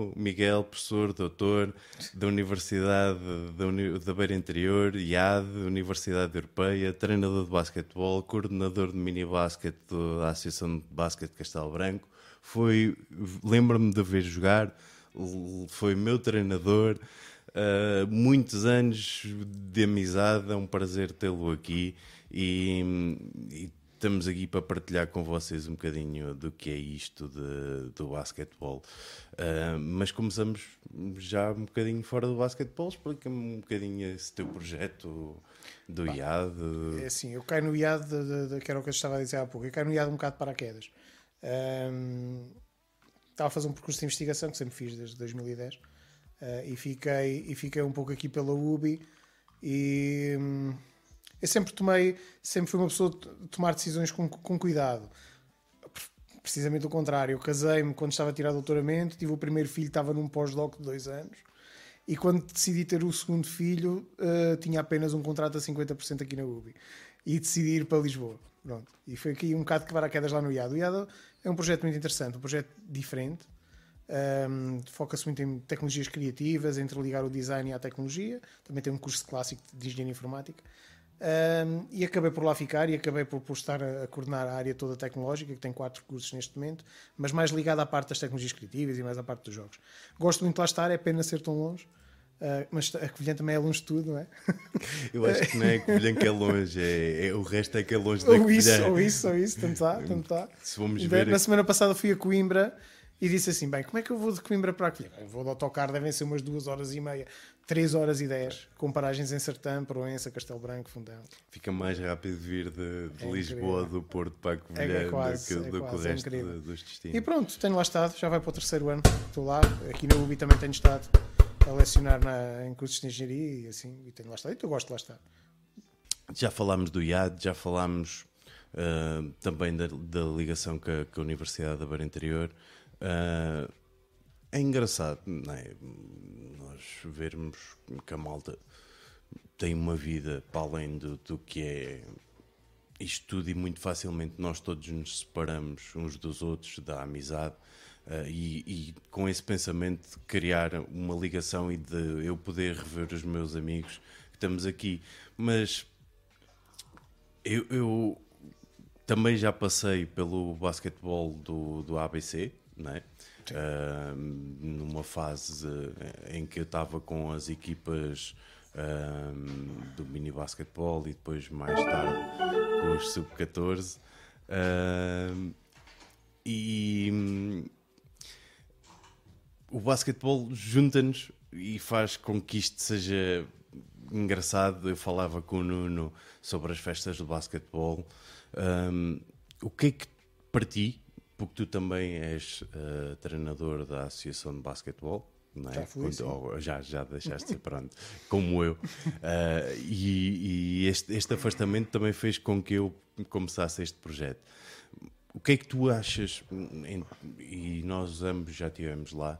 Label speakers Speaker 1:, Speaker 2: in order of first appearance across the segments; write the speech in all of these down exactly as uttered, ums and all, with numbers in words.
Speaker 1: Nuno Miguel, professor, doutor da Universidade da, Uni- da Beira Interior, I A D, Universidade Europeia, treinador de basquetebol, coordenador de mini-basquete da Associação de Basquete de Castelo Branco. Foi, lembro-me de ver jogar, foi meu treinador, uh, muitos anos de amizade, é um prazer tê-lo aqui e, e estamos aqui para partilhar com vocês um bocadinho do que é isto de, do basquetebol. Uh, mas começamos já um bocadinho fora do basquetebol. Explica-me um bocadinho esse teu projeto do I A D.
Speaker 2: É assim, eu caio no I A D, de, de, de, que era o que eu estava a dizer há pouco, eu caio no I A D um bocado de paraquedas. Um, estava a fazer um percurso de investigação que sempre fiz desde dois mil e dez uh, e, fiquei, e fiquei um pouco aqui pela U B I e... Um, eu sempre tomei, sempre fui uma pessoa de tomar decisões com, com cuidado. Precisamente o contrário. Eu casei-me quando estava a tirar doutoramento, tive o primeiro filho, estava num pós-doc de dois anos, e quando decidi ter o segundo filho, uh, tinha apenas um contrato a cinquenta por cento aqui na U B I. E decidi ir para Lisboa. Pronto. E foi aqui um bocado de quebrar-quedas lá no I A D. O I A D é um projeto muito interessante, um projeto diferente. Um, foca-se muito em tecnologias criativas, entre ligar o design à tecnologia. Também tem um curso clássico de engenharia informática. Um, e acabei por lá ficar e acabei por, por estar a, a coordenar a área toda tecnológica, que tem quatro cursos neste momento, mas mais ligado à parte das tecnologias criativas e mais à parte dos jogos. Gosto muito de lá estar, é pena ser tão longe, uh, mas a Covilhã também é longe de tudo, não é?
Speaker 1: Eu acho que não é a Covilhã que é longe, é, é, o resto é que é longe da Covilhã.
Speaker 2: Ou isso, ou isso, ou isso, tanto está, tanto está.
Speaker 1: Se vamos
Speaker 2: Na
Speaker 1: ver...
Speaker 2: semana passada fui a Coimbra e disse assim, bem, como é que eu vou de Coimbra para a Covilhã? Eu vou de autocarro, devem ser umas duas horas e meia, três horas e dez, com paragens em Sertã, Proença, Castelo Branco, Fundão.
Speaker 1: Fica mais rápido vir de, de
Speaker 2: É
Speaker 1: Lisboa,
Speaker 2: incrível.
Speaker 1: do Porto para a Covilhã,
Speaker 2: É quase,
Speaker 1: do que,
Speaker 2: é
Speaker 1: do que o
Speaker 2: quase, é
Speaker 1: resto
Speaker 2: incrível.
Speaker 1: de, dos destinos.
Speaker 2: E pronto, tenho lá estado, já vai para o terceiro ano, estou lá, aqui na U B I também tenho estado a lecionar na, em cursos de engenharia e assim, e tenho lá estado, e eu gosto de lá estar.
Speaker 1: Já falámos do I A D, já falámos uh, também da, da ligação com a, com a Universidade da Beira Interior. Uh, é engraçado, não é? Nós vermos que a malta tem uma vida para além do, do que é isto tudo e muito facilmente nós todos nos separamos uns dos outros da amizade uh, e, e com esse pensamento de criar uma ligação e de eu poder rever os meus amigos que estamos aqui. Mas eu, eu também já passei pelo basquetebol do, do A B C, não é? Uh, numa fase em que eu estava com as equipas uh, do mini basquetebol e depois mais tarde com os sub catorze uh, e um, o basquetebol junta-nos e faz com que isto seja engraçado. Eu falava com o Nuno sobre as festas do basquetebol. Um, o que é que para ti, porque tu também és uh, treinador da Associação de Basquetebol, não é?
Speaker 2: Já fui, sim.
Speaker 1: Oh, já, já deixaste de ser pronto, como eu. Uh, e e este, este afastamento também fez com que eu começasse este projeto. O que é que tu achas, em, e nós ambos já estivemos lá,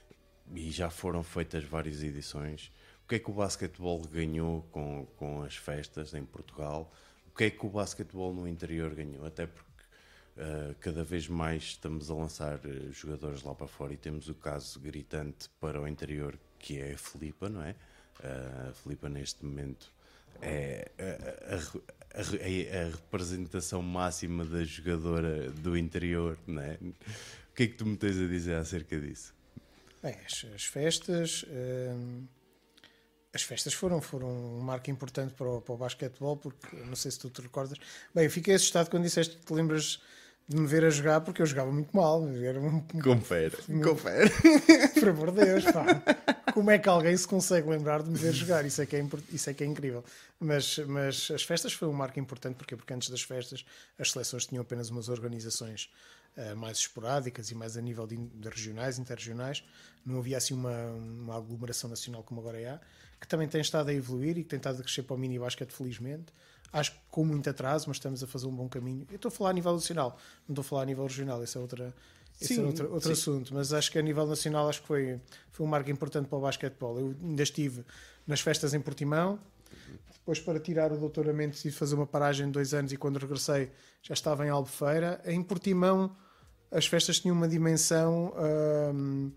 Speaker 1: e já foram feitas várias edições, o que é que o basquetebol ganhou com, com as festas em Portugal? O que é que o basquetebol no interior ganhou? Até porque Uh, cada vez mais estamos a lançar uh, jogadores lá para fora e temos o caso gritante para o interior que é a Filipa, não é? Uh, a Filipa neste momento é a, a, a, a representação máxima da jogadora do interior, não é? O que é que tu me tens a dizer acerca disso?
Speaker 2: Bem, as, as festas... Hum... As festas foram, foram um marco importante para o, para o basquetebol, porque não sei se tu te recordas. Bem, eu fiquei assustado quando disseste que te lembras de me ver a jogar, porque eu jogava muito mal. Era um,
Speaker 1: confere,
Speaker 2: um,
Speaker 1: confere.
Speaker 2: Por amor de Deus, pá. Como é que alguém se consegue lembrar de me ver jogar? Isso é que é, isso é, que é incrível. Mas, mas as festas foi um marco importante, porque, porque antes das festas as seleções tinham apenas umas organizações uh, mais esporádicas e mais a nível de, de regionais, interregionais. Não havia assim uma, uma aglomeração nacional como agora é, que também tem estado a evoluir e que tem estado a crescer para o mini-basquete, felizmente. Acho que com muito atraso, mas estamos a fazer um bom caminho. Eu estou a falar a nível nacional, não estou a falar a nível regional, esse é, outra, esse sim, é outro, outro assunto. Mas acho que a nível nacional acho que foi, foi um marco importante para o basquetebol. Eu ainda estive nas festas em Portimão, depois para tirar o doutoramento decidi fazer uma paragem de dois anos e quando regressei já estava em Albufeira. Em Portimão as festas tinham uma dimensão... Hum,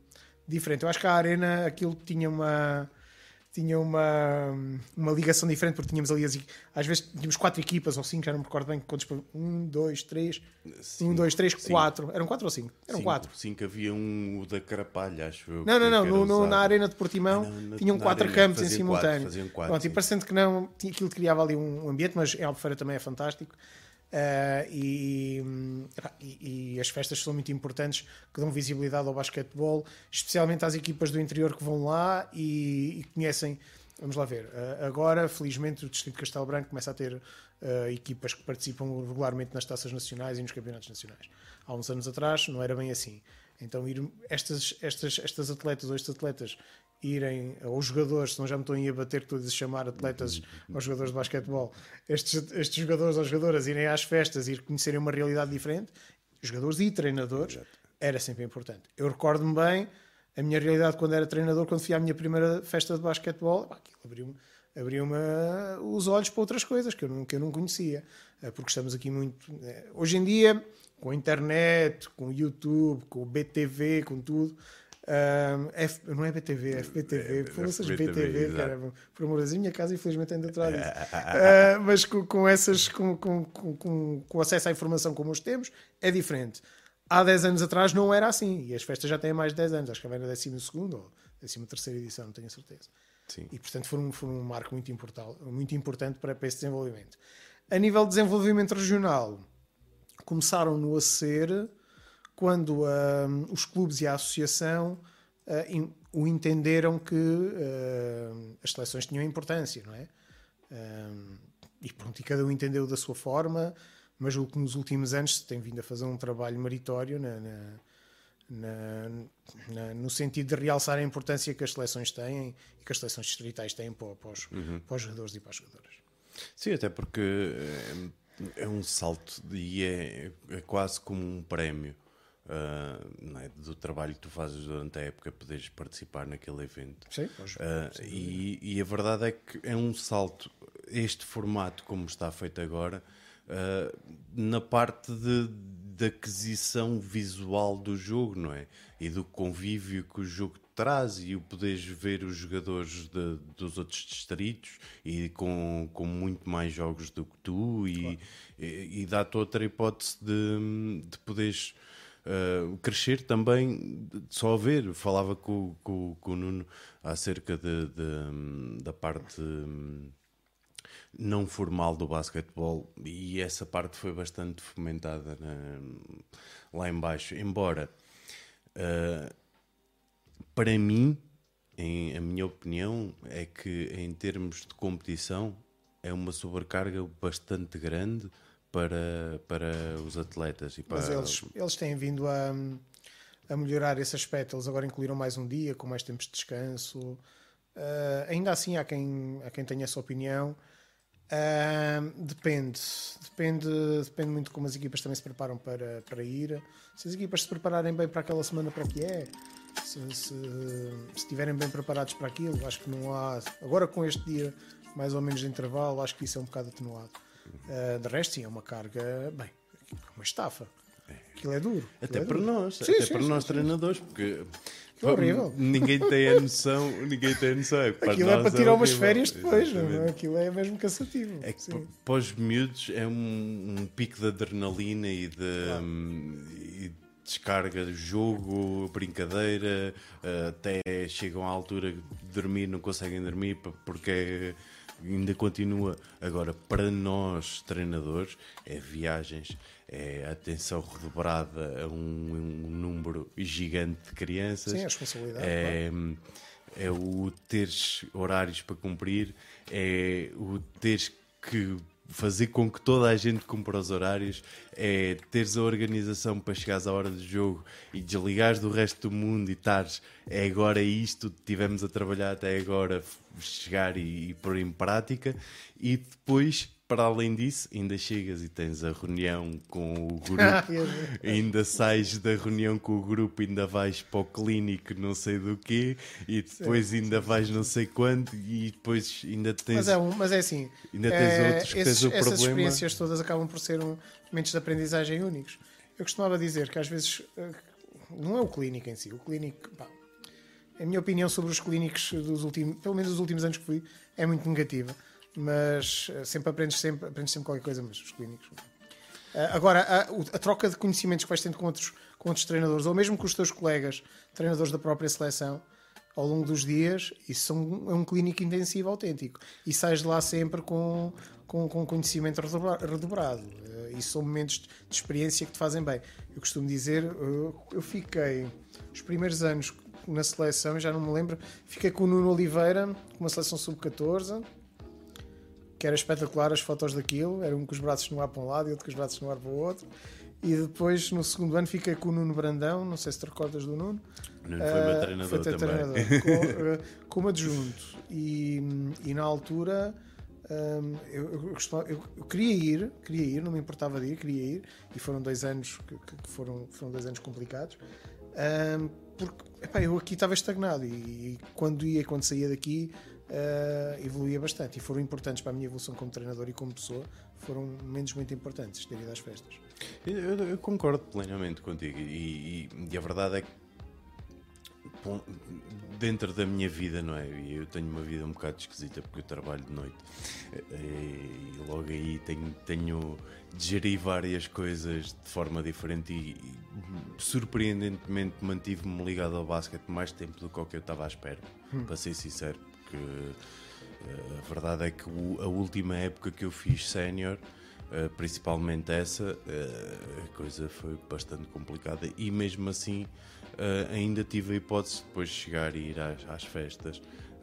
Speaker 2: diferente. Eu acho que a Arena, aquilo tinha uma... tinha uma, uma ligação diferente, porque tínhamos ali, as, às vezes tínhamos quatro equipas ou cinco, já não me recordo bem quantos. Um, dois, três, cinco, um, dois, três, quatro. Eram quatro ou cinco? Eram
Speaker 1: cinco,
Speaker 2: quatro.
Speaker 1: Cinco, havia um o da Carapalha, acho eu.
Speaker 2: Não, não, não.
Speaker 1: Que
Speaker 2: No, no,
Speaker 1: usado.
Speaker 2: na Arena de Portimão
Speaker 1: ah, não, na,
Speaker 2: tinham
Speaker 1: na
Speaker 2: quatro
Speaker 1: arena,
Speaker 2: campos em simultâneo.
Speaker 1: Quatro, quatro,
Speaker 2: Pronto, e parecendo que não, aquilo criava ali um ambiente, mas em Albufeira também é fantástico. Uh, e, e, e as festas são muito importantes, que dão visibilidade ao basquetebol, especialmente às equipas do interior que vão lá e, e conhecem. Vamos lá ver. Uh, agora, felizmente, o Distrito de Castelo Branco começa a ter uh, equipas que participam regularmente nas taças nacionais e nos campeonatos nacionais. Há uns anos atrás não era bem assim. Então, ir, estas, estas, estas atletas ou estes atletas irem, ou jogadores, se não já me estão a bater todos a chamar atletas aos jogadores de basquetebol, estes, estes jogadores ou jogadoras irem às festas e ir conhecerem uma realidade diferente, jogadores e treinadores, era sempre importante. Eu recordo-me bem a minha realidade quando era treinador, quando fui à minha primeira festa de basquetebol, aquilo abriu-me abriu-me os olhos para outras coisas que eu não, que eu não conhecia, porque estamos aqui muito... Hoje em dia, com a internet, com o YouTube, com o B T V, com tudo... Um, F, não é B T V, é F B T V, por essas B T V, caramba, por amor de Deus, a minha casa infelizmente ainda atrás disso. uh, mas com, com essas, com, com, com, com acesso à informação como os temos, é diferente. Há dez anos atrás não era assim, e as festas já têm mais de dez anos, acho que vai na décima segunda ou décima terceira edição, não tenho a certeza.
Speaker 1: Sim. E portanto
Speaker 2: foi um, foi um marco muito importante, muito importante para, para esse desenvolvimento. A nível de desenvolvimento regional, começaram no a ser quando uh, os clubes e a associação uh, in, o entenderam que uh, as seleções tinham importância, não é? Uh, e pronto, e cada um entendeu da sua forma, mas o que nos últimos anos se tem vindo a fazer um trabalho meritório na, na, na, na, no sentido de realçar a importância que as seleções têm e que as seleções distritais têm para, para, os, uhum. para os jogadores e para as jogadoras.
Speaker 1: Sim, até porque é, é um salto e é, é quase como um prémio. Uh, não é, do trabalho que tu fazes durante a época, poderes participar naquele evento.
Speaker 2: Sim, hoje,
Speaker 1: uh, e, e a verdade é que é um salto, este formato como está feito agora, uh, na parte de, de aquisição visual do jogo, não é? E do convívio que o jogo traz, e o poderes ver os jogadores de, dos outros distritos e com, com muito mais jogos do que tu, e, claro. e, e dá-te outra hipótese de, de poderes Uh, crescer também, só a ver. Falava com, com, com o Nuno acerca de, de, da parte um, não formal do basquetebol, e essa parte foi bastante fomentada na, lá em baixo, embora uh, para mim, em, a minha opinião é que em termos de competição é uma sobrecarga bastante grande para, para os atletas. E para...
Speaker 2: Mas eles, eles têm vindo a, a melhorar esse aspecto. Eles agora incluíram mais um dia, com mais tempos de descanso. Uh, ainda assim, há quem, há quem tenha essa opinião. Uh, depende. Depende. Depende muito de como as equipas também se preparam para, para ir. Se as equipas se prepararem bem para aquela semana, para o que é, se, se, se estiverem bem preparados para aquilo, acho que não há... Agora, com este dia mais ou menos de intervalo, acho que isso é um bocado atenuado. Uh, de resto, sim, é uma carga, bem, uma estafa. Aquilo é duro.
Speaker 1: Até
Speaker 2: é
Speaker 1: para
Speaker 2: duro.
Speaker 1: nós,
Speaker 2: sim,
Speaker 1: até
Speaker 2: sim,
Speaker 1: para
Speaker 2: sim,
Speaker 1: nós
Speaker 2: sim,
Speaker 1: treinadores, porque
Speaker 2: é horrível.
Speaker 1: Ninguém tem a noção, ninguém tem a noção. É que
Speaker 2: aquilo é para tirar
Speaker 1: é
Speaker 2: umas férias depois,
Speaker 1: exatamente.
Speaker 2: Não é? Aquilo é mesmo cansativo.
Speaker 1: É que
Speaker 2: sim.
Speaker 1: para os miúdos é um, um pico de adrenalina e de,
Speaker 2: claro.
Speaker 1: um, e descarga de jogo, brincadeira, até chegam à altura de dormir, não conseguem dormir porque ainda continua. Agora, para nós treinadores, é viagens, é atenção redobrada a um, um número gigante de crianças.
Speaker 2: Sim, a responsabilidade.
Speaker 1: É,
Speaker 2: claro.
Speaker 1: é o teres horários para cumprir, é o teres que fazer com que toda a gente cumpra os horários, é teres a organização para chegares à hora do jogo e desligares do resto do mundo e estares, é agora isto, tivemos a trabalhar até agora, chegar e, e pôr em prática, e depois, para além disso, ainda chegas e tens a reunião com o grupo, ainda sais da reunião com o grupo, ainda vais para o clínico não sei do quê, e depois sim, ainda sim, vais sim. não sei quanto, e depois ainda tens...
Speaker 2: Mas é, um, mas é assim,
Speaker 1: ainda tens
Speaker 2: é,
Speaker 1: outros que
Speaker 2: esses,
Speaker 1: tens o
Speaker 2: essas
Speaker 1: problema...
Speaker 2: experiências todas acabam por ser um, momentos de aprendizagem únicos. Eu costumava dizer que às vezes, não é o clínico em si, o clínico... Pá, A minha opinião sobre os clínicos, dos últimos, pelo menos dos últimos anos que fui, é muito negativa. Mas sempre aprendes sempre, aprendes sempre qualquer coisa, mas os clínicos... Agora, a, a troca de conhecimentos que vais tendo com outros, com outros treinadores, ou mesmo com os teus colegas, treinadores da própria seleção, ao longo dos dias, isso são, é um clínico intensivo autêntico. E sais de lá sempre com, com, com conhecimento redobrado. Isso são momentos de experiência que te fazem bem. Eu costumo dizer, eu fiquei os primeiros anos na seleção, já não me lembro, fiquei com o Nuno Oliveira, com uma seleção sub catorze, que era espetacular as fotos daquilo, era um com os braços no ar para um lado e outro com os braços no ar para o outro. E depois, no segundo ano, fiquei com o Nuno Brandão, não sei se te recordas do Nuno.
Speaker 1: Nuno foi meu treinador uh, foi também.
Speaker 2: Treinador, com, uh, como adjunto. E, e na altura, um, eu, eu, eu, eu queria ir, queria ir, não me importava de ir, queria ir. E foram dois anos que, que foram, foram dois anos complicados. Um, porque epá, eu aqui estava estagnado e, e quando ia, quando saía daqui, uh, evoluía bastante. E foram importantes para a minha evolução como treinador e como pessoa. Foram momentos muito importantes ter ido às festas.
Speaker 1: Eu, eu, eu concordo plenamente contigo e, e, e a verdade é que bom, dentro da minha vida, não é? Eu tenho uma vida um bocado esquisita porque eu trabalho de noite e logo aí tenho, tenho de gerir várias coisas de forma diferente e, e surpreendentemente mantive-me ligado ao basquete mais tempo do que o que eu estava à espera, hum. para ser sincero, porque a verdade é que a última época que eu fiz sénior, principalmente essa, a coisa foi bastante complicada e mesmo assim ainda tive a hipótese de depois chegar e ir às, às festas,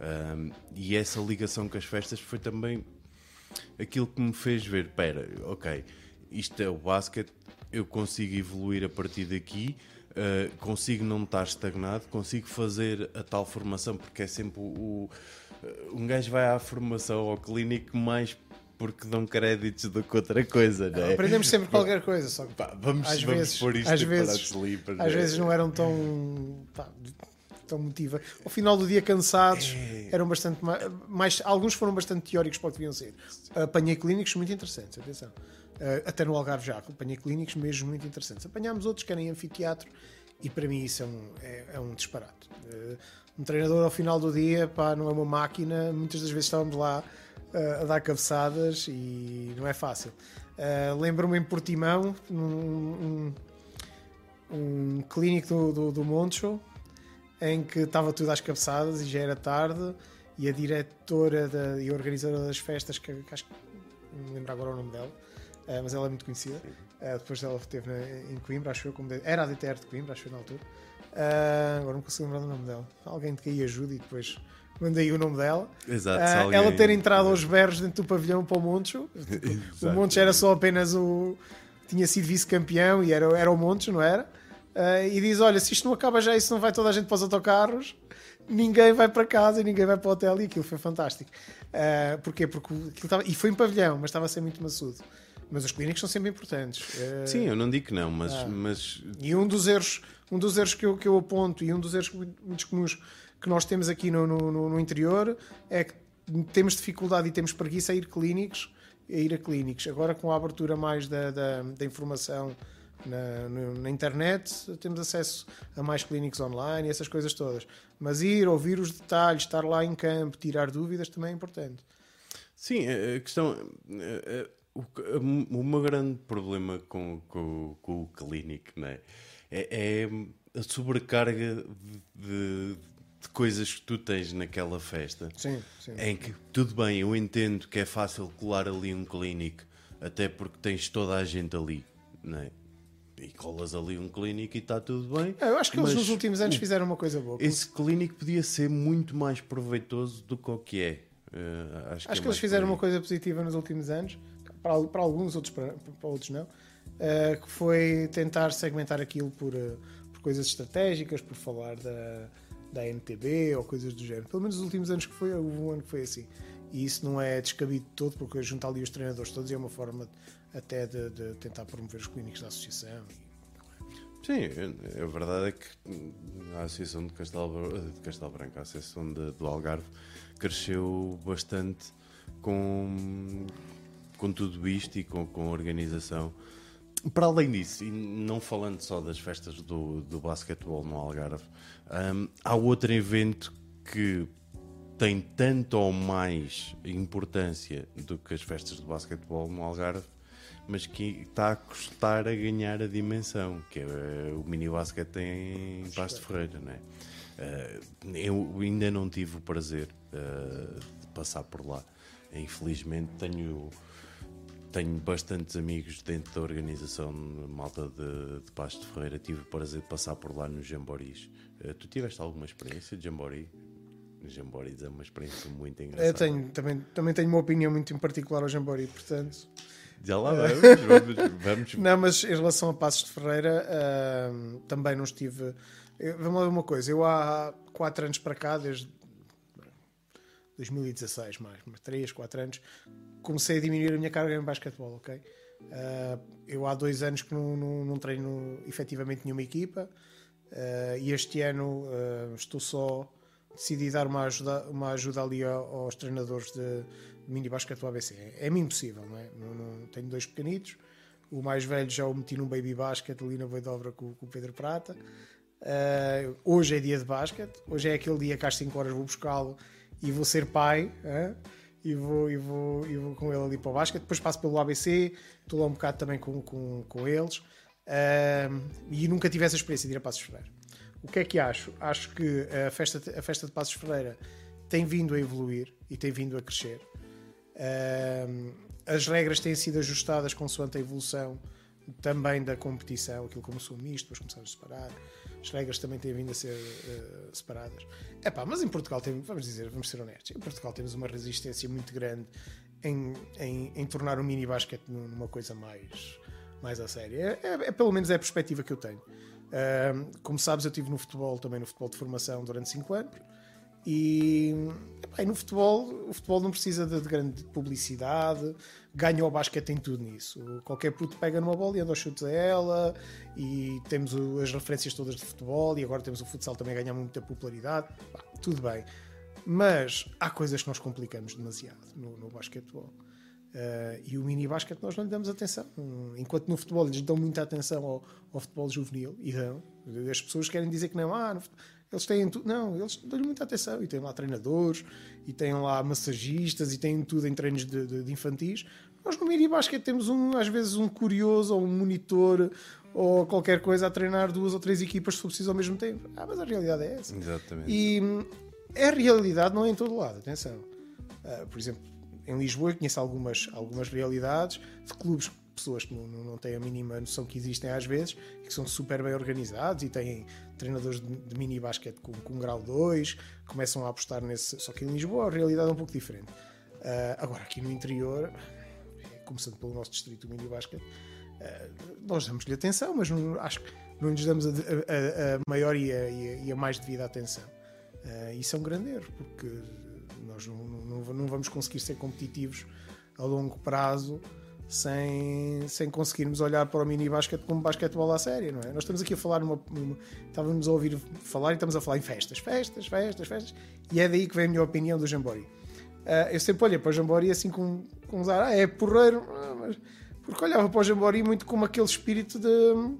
Speaker 1: e essa ligação com as festas foi também aquilo que me fez ver, espera, ok, isto é o basquete, eu consigo evoluir a partir daqui. Uh, consigo não estar estagnado, consigo fazer a tal formação, porque é sempre o, o um gajo vai à formação ao clínico mais porque dão créditos do que outra coisa, não é?
Speaker 2: Aprendemos sempre qualquer coisa, só que
Speaker 1: pá, vamos,
Speaker 2: às
Speaker 1: vamos
Speaker 2: vezes,
Speaker 1: pôr isto
Speaker 2: às
Speaker 1: em
Speaker 2: vezes,
Speaker 1: livres,
Speaker 2: às
Speaker 1: é?
Speaker 2: vezes não eram tão pá, tão motiva. Ao final do dia cansados, é. eram bastante mais, mais, alguns foram bastante teóricos para o que deviam ser. Apanhei clínicos muito interessantes, atenção. Uh, até no Algarve já, apanhei clínicos mesmo muito interessantes. Apanhámos outros que eram em anfiteatro e para mim isso é um, é, é um disparate. Uh, um treinador ao final do dia, pá, não é uma máquina, muitas das vezes estávamos lá uh, a dar cabeçadas e não é fácil. Uh, lembro-me em Portimão, num um, um clínico do, do, do Moncho, em que estava tudo às cabeçadas e já era tarde e a diretora da, e a organizadora das festas, que, que acho que não me lembro agora o nome dela, Uh, mas ela é muito conhecida. Uh, depois ela esteve na, em Coimbra, acho eu, como de, era a D T R de Coimbra, acho eu, na altura. Uh, agora não consigo lembrar do nome dela. Alguém de que aí ajude e depois mandei o nome dela.
Speaker 1: Exato,
Speaker 2: uh,
Speaker 1: alguém...
Speaker 2: Ela ter entrado aos berros dentro do pavilhão para o Moncho. O Moncho era só apenas o. Tinha sido vice-campeão e era, era o Moncho, não era? Uh, e diz: olha, se isto não acaba já, isso não vai toda a gente para os autocarros. Ninguém vai para casa e ninguém vai para o hotel. E aquilo foi fantástico. Uh, porquê? Porque aquilo estava... E foi em pavilhão, mas estava a ser muito maçudo. Mas os clínicos são sempre importantes.
Speaker 1: Sim, eu não digo que não, mas...
Speaker 2: Ah.
Speaker 1: mas...
Speaker 2: E um dos erros, um dos erros que, eu, que eu aponto e um dos erros muito comuns que nós temos aqui no, no, no interior é que temos dificuldade e temos preguiça a ir clínicos, a ir a clínicos. Agora com a abertura mais da, da, da informação na, na internet, temos acesso a mais clínicos online e essas coisas todas. Mas ir, ouvir os detalhes, estar lá em campo, tirar dúvidas também é importante.
Speaker 1: Sim, a questão... O, o meu grande problema com, com, com o clínico, não é? É, é a sobrecarga de, de coisas que tu tens naquela festa.
Speaker 2: Sim, sim.
Speaker 1: Em que, tudo bem, eu entendo que é fácil colar ali um clínico, até porque tens toda a gente ali, não é? E colas ali um clínico e está tudo bem.
Speaker 2: Eu acho que eles nos últimos anos fizeram uma coisa boa.
Speaker 1: Esse clínico podia ser muito mais proveitoso do que o que é. Uh, acho que,
Speaker 2: acho
Speaker 1: é
Speaker 2: que eles fizeram uma coisa positiva nos últimos anos. Para, para alguns, outros para, para outros não, uh, que foi tentar segmentar aquilo por, uh, por coisas estratégicas, por falar da, da N T B ou coisas do género. Pelo menos nos últimos anos que foi, houve um ano que foi assim. E isso não é descabido de todo, porque junta ali os treinadores todos e é uma forma até de, de tentar promover os clínicos da associação.
Speaker 1: Sim, a verdade é que a Associação de Castelo, de Castelo Branco, a Associação de, do Algarve, cresceu bastante com... com tudo isto e com, com a organização para além disso, e não falando só das festas do, do basquetebol no Algarve, um, há outro evento que tem tanto ou mais importância do que as festas de basquetebol no Algarve, mas que está a custar a ganhar a dimensão, que é o mini basquete em Paços de Ferreira, não é? Uh, eu ainda não tive o prazer uh, de passar por lá. Infelizmente tenho, tenho bastantes amigos dentro da organização malta de, de Paços de Ferreira. Tive o prazer de passar por lá nos Jamboris. Uh, tu tiveste alguma experiência de Jambori? Jamboris é uma experiência muito engraçada.
Speaker 2: Eu tenho, também, também tenho uma opinião muito em particular ao Jambori, portanto...
Speaker 1: Já lá vamos, vamos, vamos.
Speaker 2: Não, mas em relação a Paços de Ferreira, uh, também não estive... Eu, vamos lá ver uma coisa, eu há quatro anos para cá, desde dois mil e dezasseis, mais, três, quatro anos, comecei a diminuir a minha carga em basquetebol, ok? Uh, eu há dois anos que não, não, não treino efetivamente nenhuma equipa, uh, e este ano uh, estou só... decidi dar uma ajuda, uma ajuda ali aos treinadores de mini basquete do A B C. É-me impossível, não é? Não, não, tenho dois pequenitos, o mais velho já o meti num baby basket ali na Boidobra com, com o Pedro Prata. Uh, hoje é dia de basquete, hoje é aquele dia que às cinco horas vou buscá-lo e vou ser pai, uh, e, vou, e, vou, e vou com ele ali para o basquete. Depois passo pelo A B C, estou lá um bocado também com, com, com eles, uh, e nunca tive essa experiência de ir a Paços de Ferreira. O que é que acho? Acho que a festa, a festa de Paços de Ferreira tem vindo a evoluir e tem vindo a crescer. Uh, as regras têm sido ajustadas consoante a evolução também da competição, aquilo começou misto, depois começaram a separar. As regras também têm vindo a ser uh, separadas. Epá, mas em Portugal, tem, vamos dizer, vamos ser honestos, em Portugal temos uma resistência muito grande em, em, em tornar o mini basquete numa coisa mais, mais a sério. É, é, é, pelo menos é a perspectiva que eu tenho. Uh, como sabes, eu estive no futebol, também no futebol de formação durante cinco anos, e, epá, e no futebol o futebol não precisa de, de grande publicidade, ganha o basquete em tudo nisso. Qualquer puto pega numa bola e anda aos chutes a ela, e temos o, as referências todas de futebol, e agora temos o futsal também a ganhar muita popularidade. Bah, tudo bem, mas há coisas que nós complicamos demasiado no, no basquetebol. Uh, e o mini basquete nós não lhe damos atenção, enquanto no futebol lhes dão muita atenção ao, ao futebol juvenil, e dão. As pessoas querem dizer que não, ah, no, eles têm tudo, não, eles dão-lhe muita atenção, e têm lá treinadores, e têm lá massagistas, e têm tudo em treinos de, de, de infantis. Nós no mini basquete temos um, às vezes um curioso ou um monitor ou qualquer coisa a treinar duas ou três equipas se for preciso ao mesmo tempo. Ah, mas a realidade é essa.
Speaker 1: Exatamente.
Speaker 2: E a realidade não é em todo lado, atenção. Uh, por exemplo, em Lisboa eu conheço algumas, algumas realidades de clubes, pessoas que não, não têm a mínima noção que existem às vezes, que são super bem organizados e têm treinadores de, de mini basquete com, com grau dois, começam a apostar nesse. Só que em Lisboa a realidade é um pouco diferente. Uh, agora, aqui no interior, começando pelo nosso distrito do mini basquete, uh, nós damos-lhe atenção, mas não, acho que não lhes damos a, a, a maior e a, e a mais devida atenção. Uh, isso é um grande erro, porque nós não, não, não vamos conseguir ser competitivos a longo prazo sem, sem conseguirmos olhar para o mini basquete como basquetebol à sério, não é? Nós estamos aqui a falar numa, numa, estávamos a ouvir falar e estamos a falar em festas, festas, festas, festas, e é daí que vem a minha opinião do Jambori. Uh, eu sempre olhei para o Jambori assim com, com usar, ah, é porreiro, ah, mas, porque olhava para o Jambori muito como aquele espírito de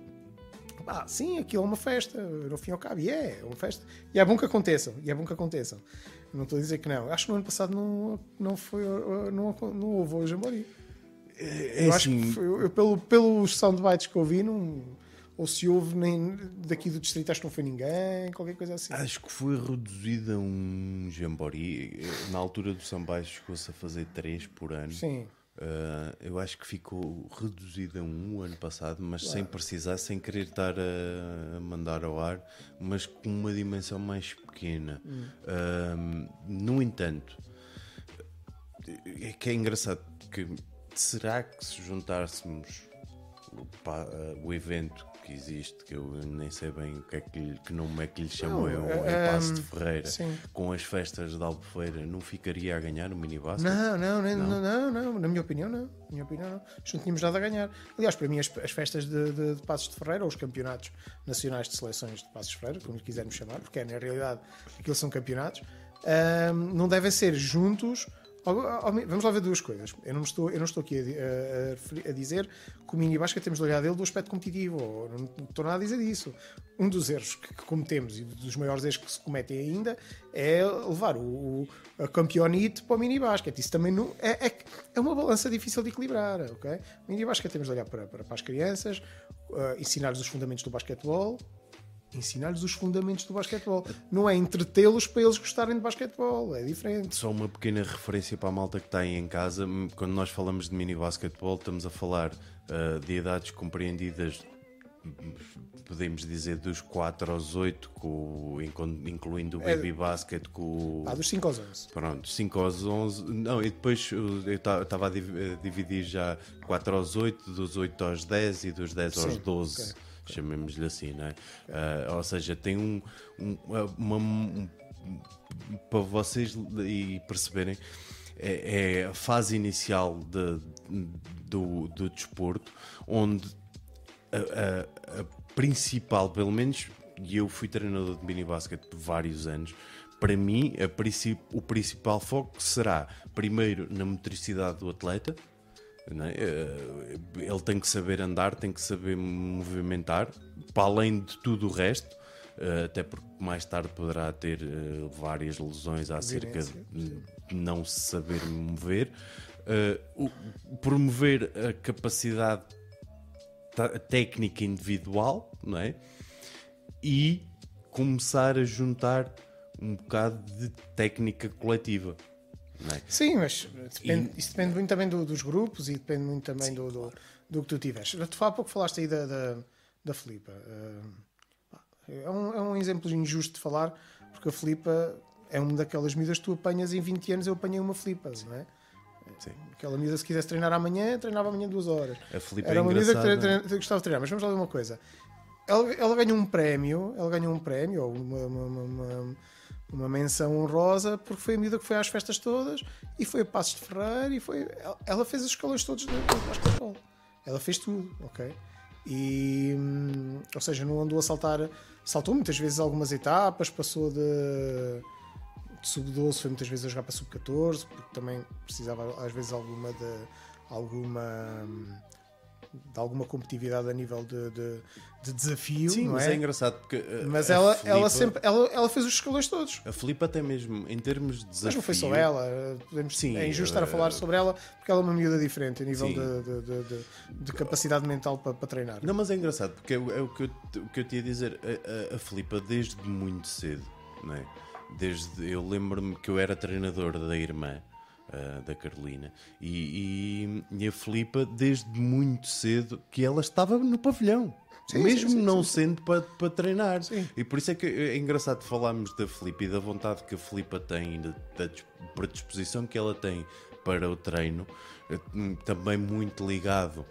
Speaker 2: ah, sim, aquilo é uma festa, no fim e ao cabo, e é, é uma festa, e é bom que aconteçam, e é bom que aconteçam. Não estou a dizer que não. Acho que no ano passado não, não, foi, não, não houve o Jambori. É, é eu assim, acho que foi, eu, pelo, pelos soundbites que eu vi, não, ou se houve nem daqui do distrito, acho que não foi ninguém, qualquer coisa assim.
Speaker 1: Acho que foi reduzida um Jambori. Na altura do soundbite chegou-se a fazer três por ano.
Speaker 2: Sim.
Speaker 1: Uh, eu acho que ficou reduzida um o ano passado, mas claro, sem precisar, sem querer estar a mandar ao ar, mas com uma dimensão mais pequena. Hum. Uh, no entanto, é que é engraçado que será que se juntássemos o, pá, o evento que existe, que eu nem sei bem o que é que, lhe, que nome é que lhe chamou, é o é Paços de Ferreira, sim, com as festas de Albufeira, não ficaria a ganhar o minibasket?
Speaker 2: Não, não, não, não, não, não, na minha opinião não, na minha opinião não. Não tínhamos nada a ganhar. Aliás, para mim as, as festas de, de, de Paços de Ferreira, ou os campeonatos nacionais de seleções de Paços de Ferreira, como quisermos chamar, porque é, na realidade aqueles são campeonatos, um, não devem ser juntos Vamos lá ver duas coisas. Eu não estou, eu não estou aqui a, a, a dizer que o minibasket temos de olhar dele do aspecto competitivo. Ou não estou nada a dizer disso. Um dos erros que, que cometemos e dos maiores erros que se cometem ainda é levar o, o, a campeonite para o minibasket. Isso também não, é, é, é uma balança difícil de equilibrar. Okay? O minibasket temos de olhar para, para, para as crianças, uh, ensinar-lhes os fundamentos do basquetebol. Ensinar-lhes os fundamentos do basquetebol. Não é entretê-los para eles gostarem de basquetebol. É diferente.
Speaker 1: Só uma pequena referência para a malta que está aí em casa. Quando nós falamos de mini basquetebol, estamos a falar uh, de idades compreendidas, podemos dizer, dos quatro aos oito, com, incluindo o baby é, basket. Com,
Speaker 2: ah, dos cinco aos onze.
Speaker 1: Pronto, cinco aos onze. Não, e depois eu estava a dividir já quatro aos oito, dos oito aos dez e dos dez aos doze. Okay. Chamemos-lhe assim, não é? Uh, ou seja, tem um, um, uma, um, para vocês e perceberem, é, é a fase inicial de, do, do desporto, onde a, a, a principal, pelo menos, e eu fui treinador de minibasket por vários anos, para mim a princip, o principal foco será, primeiro, na motricidade do atleta. Não é? Ele tem que saber andar, tem que saber movimentar, para além de tudo o resto, até porque mais tarde poderá ter várias lesões acerca de não se saber mover. Promover a capacidade técnica individual, não é? E começar a juntar um bocado de técnica coletiva. É?
Speaker 2: Sim, mas depende, e, isso depende muito também do, dos grupos e depende muito também do, do, do que tu tiveres. Tu há pouco falaste aí da, da, da Filipa. É um, é um exemplo injusto de falar, porque a Filipa é uma daquelas miúdas que tu apanhas em vinte anos. Eu apanhei uma Filipa, não é? Sim. Aquela miúda, se quisesse treinar amanhã, treinava amanhã duas horas.
Speaker 1: A Filipa
Speaker 2: era
Speaker 1: é
Speaker 2: uma miúda que,
Speaker 1: engraçada.
Speaker 2: treina, que gostava de treinar. Mas vamos lá ver uma coisa. Ela, ela ganhou um prémio, ela ganhou um prémio, ou uma, uma, uma, uma menção honrosa, porque foi a miúda que foi às festas todas e foi a Passos de Ferreira e foi. Ela fez os escalões todos do basquetebol. Ela fez tudo, ok? E, ou seja, não andou a saltar, saltou muitas vezes algumas etapas, passou de, de sub doze, foi muitas vezes a jogar para sub catorze, porque também precisava às vezes alguma de alguma de alguma competitividade a nível de, de, de desafio.
Speaker 1: Sim,
Speaker 2: não
Speaker 1: mas
Speaker 2: é?
Speaker 1: é engraçado porque
Speaker 2: mas
Speaker 1: a
Speaker 2: ela,
Speaker 1: Filipa,
Speaker 2: ela sempre ela, ela fez os escalões todos.
Speaker 1: A Filipa até mesmo em termos de desafio.
Speaker 2: Mas não foi só ela. Podemos,
Speaker 1: sim,
Speaker 2: é injusto estar a falar sobre ela porque ela é uma miúda diferente a nível de, de, de, de, de capacidade mental para, para treinar.
Speaker 1: Não, mas é engraçado porque é, é o, que eu, o que eu te ia dizer. A, a, a Filipa desde muito cedo, não é? Desde, eu lembro-me que eu era treinador da irmã Uh, da Carolina e, e, e a Filipa desde muito cedo que ela estava no pavilhão, sim, mesmo sim, sim, não sim, sendo para, para treinar, sim. E por isso é que é engraçado falarmos da Filipa e da vontade que a Filipa tem, da, da predisposição que ela tem para o treino, também muito ligado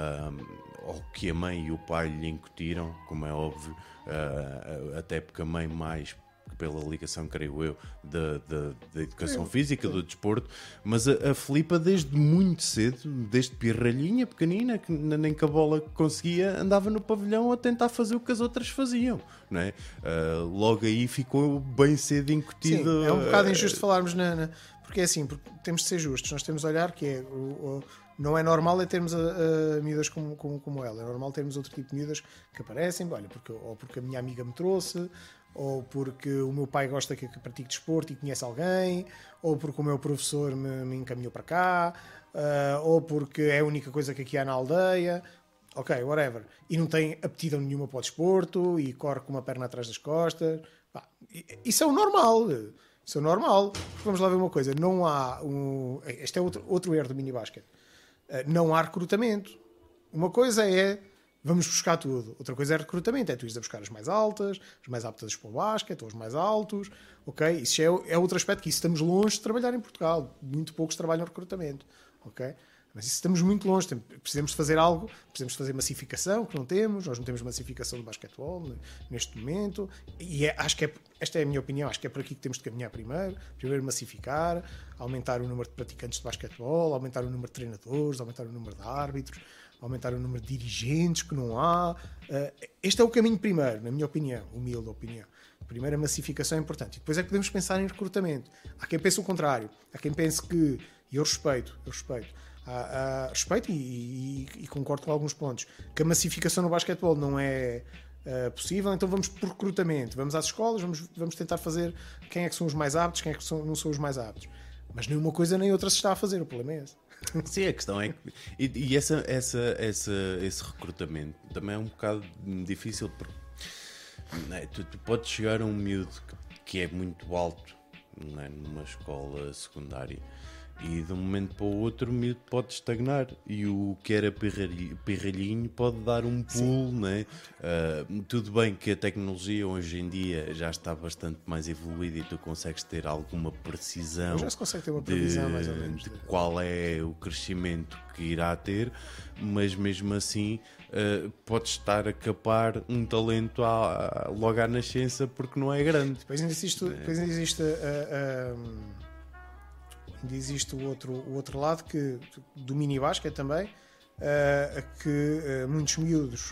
Speaker 1: uh, ao que a mãe e o pai lhe incutiram, como é óbvio, uh, até porque a mãe mais pela ligação, creio eu, da, da, da educação sim, física, sim. do desporto, mas a, a Filipa desde muito cedo, desde pirralhinha, pequenina, que nem que a bola conseguia, andava no pavilhão a tentar fazer o que as outras faziam, não é? Uh, logo aí ficou bem cedo incutido.
Speaker 2: Sim, é um bocado injusto uh, falarmos na, na... porque é assim, porque temos de ser justos, nós temos de olhar que é, o, o, não é normal é termos a, a miúdas como, como, como ela, é normal termos outro tipo de miúdas que aparecem, olha, porque, ou porque a minha amiga me trouxe, ou porque o meu pai gosta que, que pratique desporto e conhece alguém, ou porque o meu professor me, me encaminhou para cá, uh, ou porque é a única coisa que aqui há na aldeia, ok, whatever. E não tem aptidão nenhuma para o desporto e corre com uma perna atrás das costas. Bah, isso é o normal. Isso é o normal. Porque vamos lá ver uma coisa. Não há um... Este é outro, outro erro do minibasket. Uh, não há recrutamento. Uma coisa é vamos buscar tudo. Outra coisa é recrutamento. É tu ires a buscar as mais altas, as mais aptas para o basquete, ou os mais altos. Ok? Isso é, é outro aspecto que isso estamos longe de trabalhar em Portugal. Muito poucos trabalham recrutamento. Ok? Mas isso estamos muito longe. Precisamos de fazer algo. Precisamos de fazer massificação, que não temos. Nós não temos massificação de basquetebol neste momento. E é, acho que é, esta é a minha opinião. Acho que é por aqui que temos de caminhar primeiro. Primeiro massificar, aumentar o número de praticantes de basquetebol, aumentar o número de treinadores, aumentar o número de árbitros, aumentar o número de dirigentes que não há. Este é o caminho primeiro, na minha opinião, humilde opinião. Primeiro, a massificação é importante. E depois é que podemos pensar em recrutamento. Há quem pense o contrário. Há quem pense que, e eu respeito, eu respeito, há, há, respeito e, e, e concordo com alguns pontos, que a massificação no basquetebol não é uh, possível, então vamos por recrutamento. Vamos às escolas, vamos, vamos tentar fazer quem é que são os mais aptos, quem é que são, não são os mais aptos. Mas nem uma coisa nem outra se está a fazer, o problema é esse.
Speaker 1: Sim, a questão é que. E, e essa, essa, essa, esse recrutamento também é um bocado difícil porque não é? tu, tu podes chegar a um miúdo que, que é muito alto, não é? Numa escola secundária e de um momento para o outro o miúdo pode estagnar e o que era pirralhinho pode dar um pulo, não é? Uh, tudo bem que a tecnologia hoje em dia já está bastante mais evoluída e tu consegues ter alguma precisão
Speaker 2: já se consegue ter uma previsão
Speaker 1: de,
Speaker 2: mais ou menos
Speaker 1: de qual é o crescimento que irá ter, mas mesmo assim uh, pode estar a capar um talento à, à, logo à nascença porque não é grande.
Speaker 2: Depois ainda existe, depois ainda existe a, a, a existe o outro, o outro lado que, do mini basquete também, uh, que uh, muitos miúdos,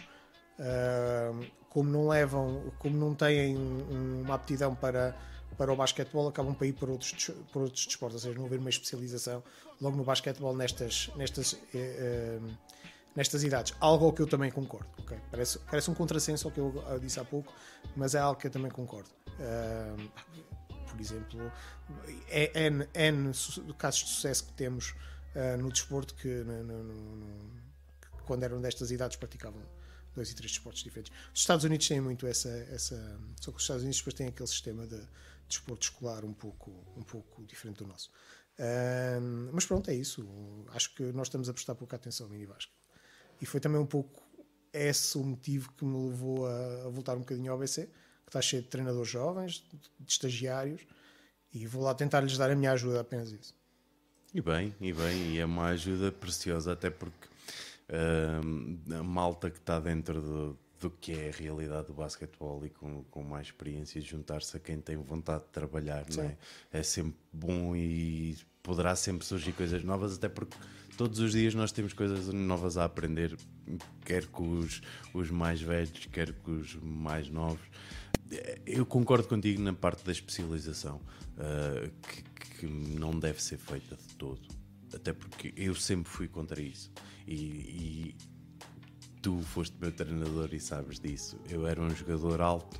Speaker 2: uh, como não levam, como não têm um, uma aptidão para, para o basquetebol, acabam para ir para outros, para outros desportos, ou seja, não haver uma especialização logo no basquetebol nestas, nestas, uh, uh, nestas idades. Algo ao que eu também concordo. Okay? Parece, parece um contrassenso ao que eu disse há pouco, mas é algo que eu também concordo. Uh, por exemplo, é N, N casos de sucesso que temos uh, no desporto que, no, no, no, que quando eram destas idades praticavam dois e três desportos diferentes. Os Estados Unidos têm muito essa, essa só que os Estados Unidos depois têm aquele sistema de desporto escolar um pouco, um pouco diferente do nosso. Uh, mas pronto, é isso. Acho que nós estamos a prestar pouca atenção ao minibasket. E foi também um pouco esse o motivo que me levou a, a voltar um bocadinho ao A B C, que está cheio de treinadores jovens, de estagiários, e vou lá tentar-lhes dar a minha ajuda, apenas isso.
Speaker 1: E bem, e bem, e é uma ajuda preciosa, até porque uh, a malta que está dentro do, do que é a realidade do basquetebol e com, com mais experiência, juntar-se a quem tem vontade de trabalhar, não é? É sempre bom e poderá sempre surgir coisas novas, até porque todos os dias nós temos coisas novas a aprender, quer com os, os mais velhos, quer com os mais novos. Eu concordo contigo na parte da especialização, uh, que, que não deve ser feita de todo, até porque eu sempre fui contra isso e, e tu foste meu treinador e sabes disso. Eu era um jogador alto.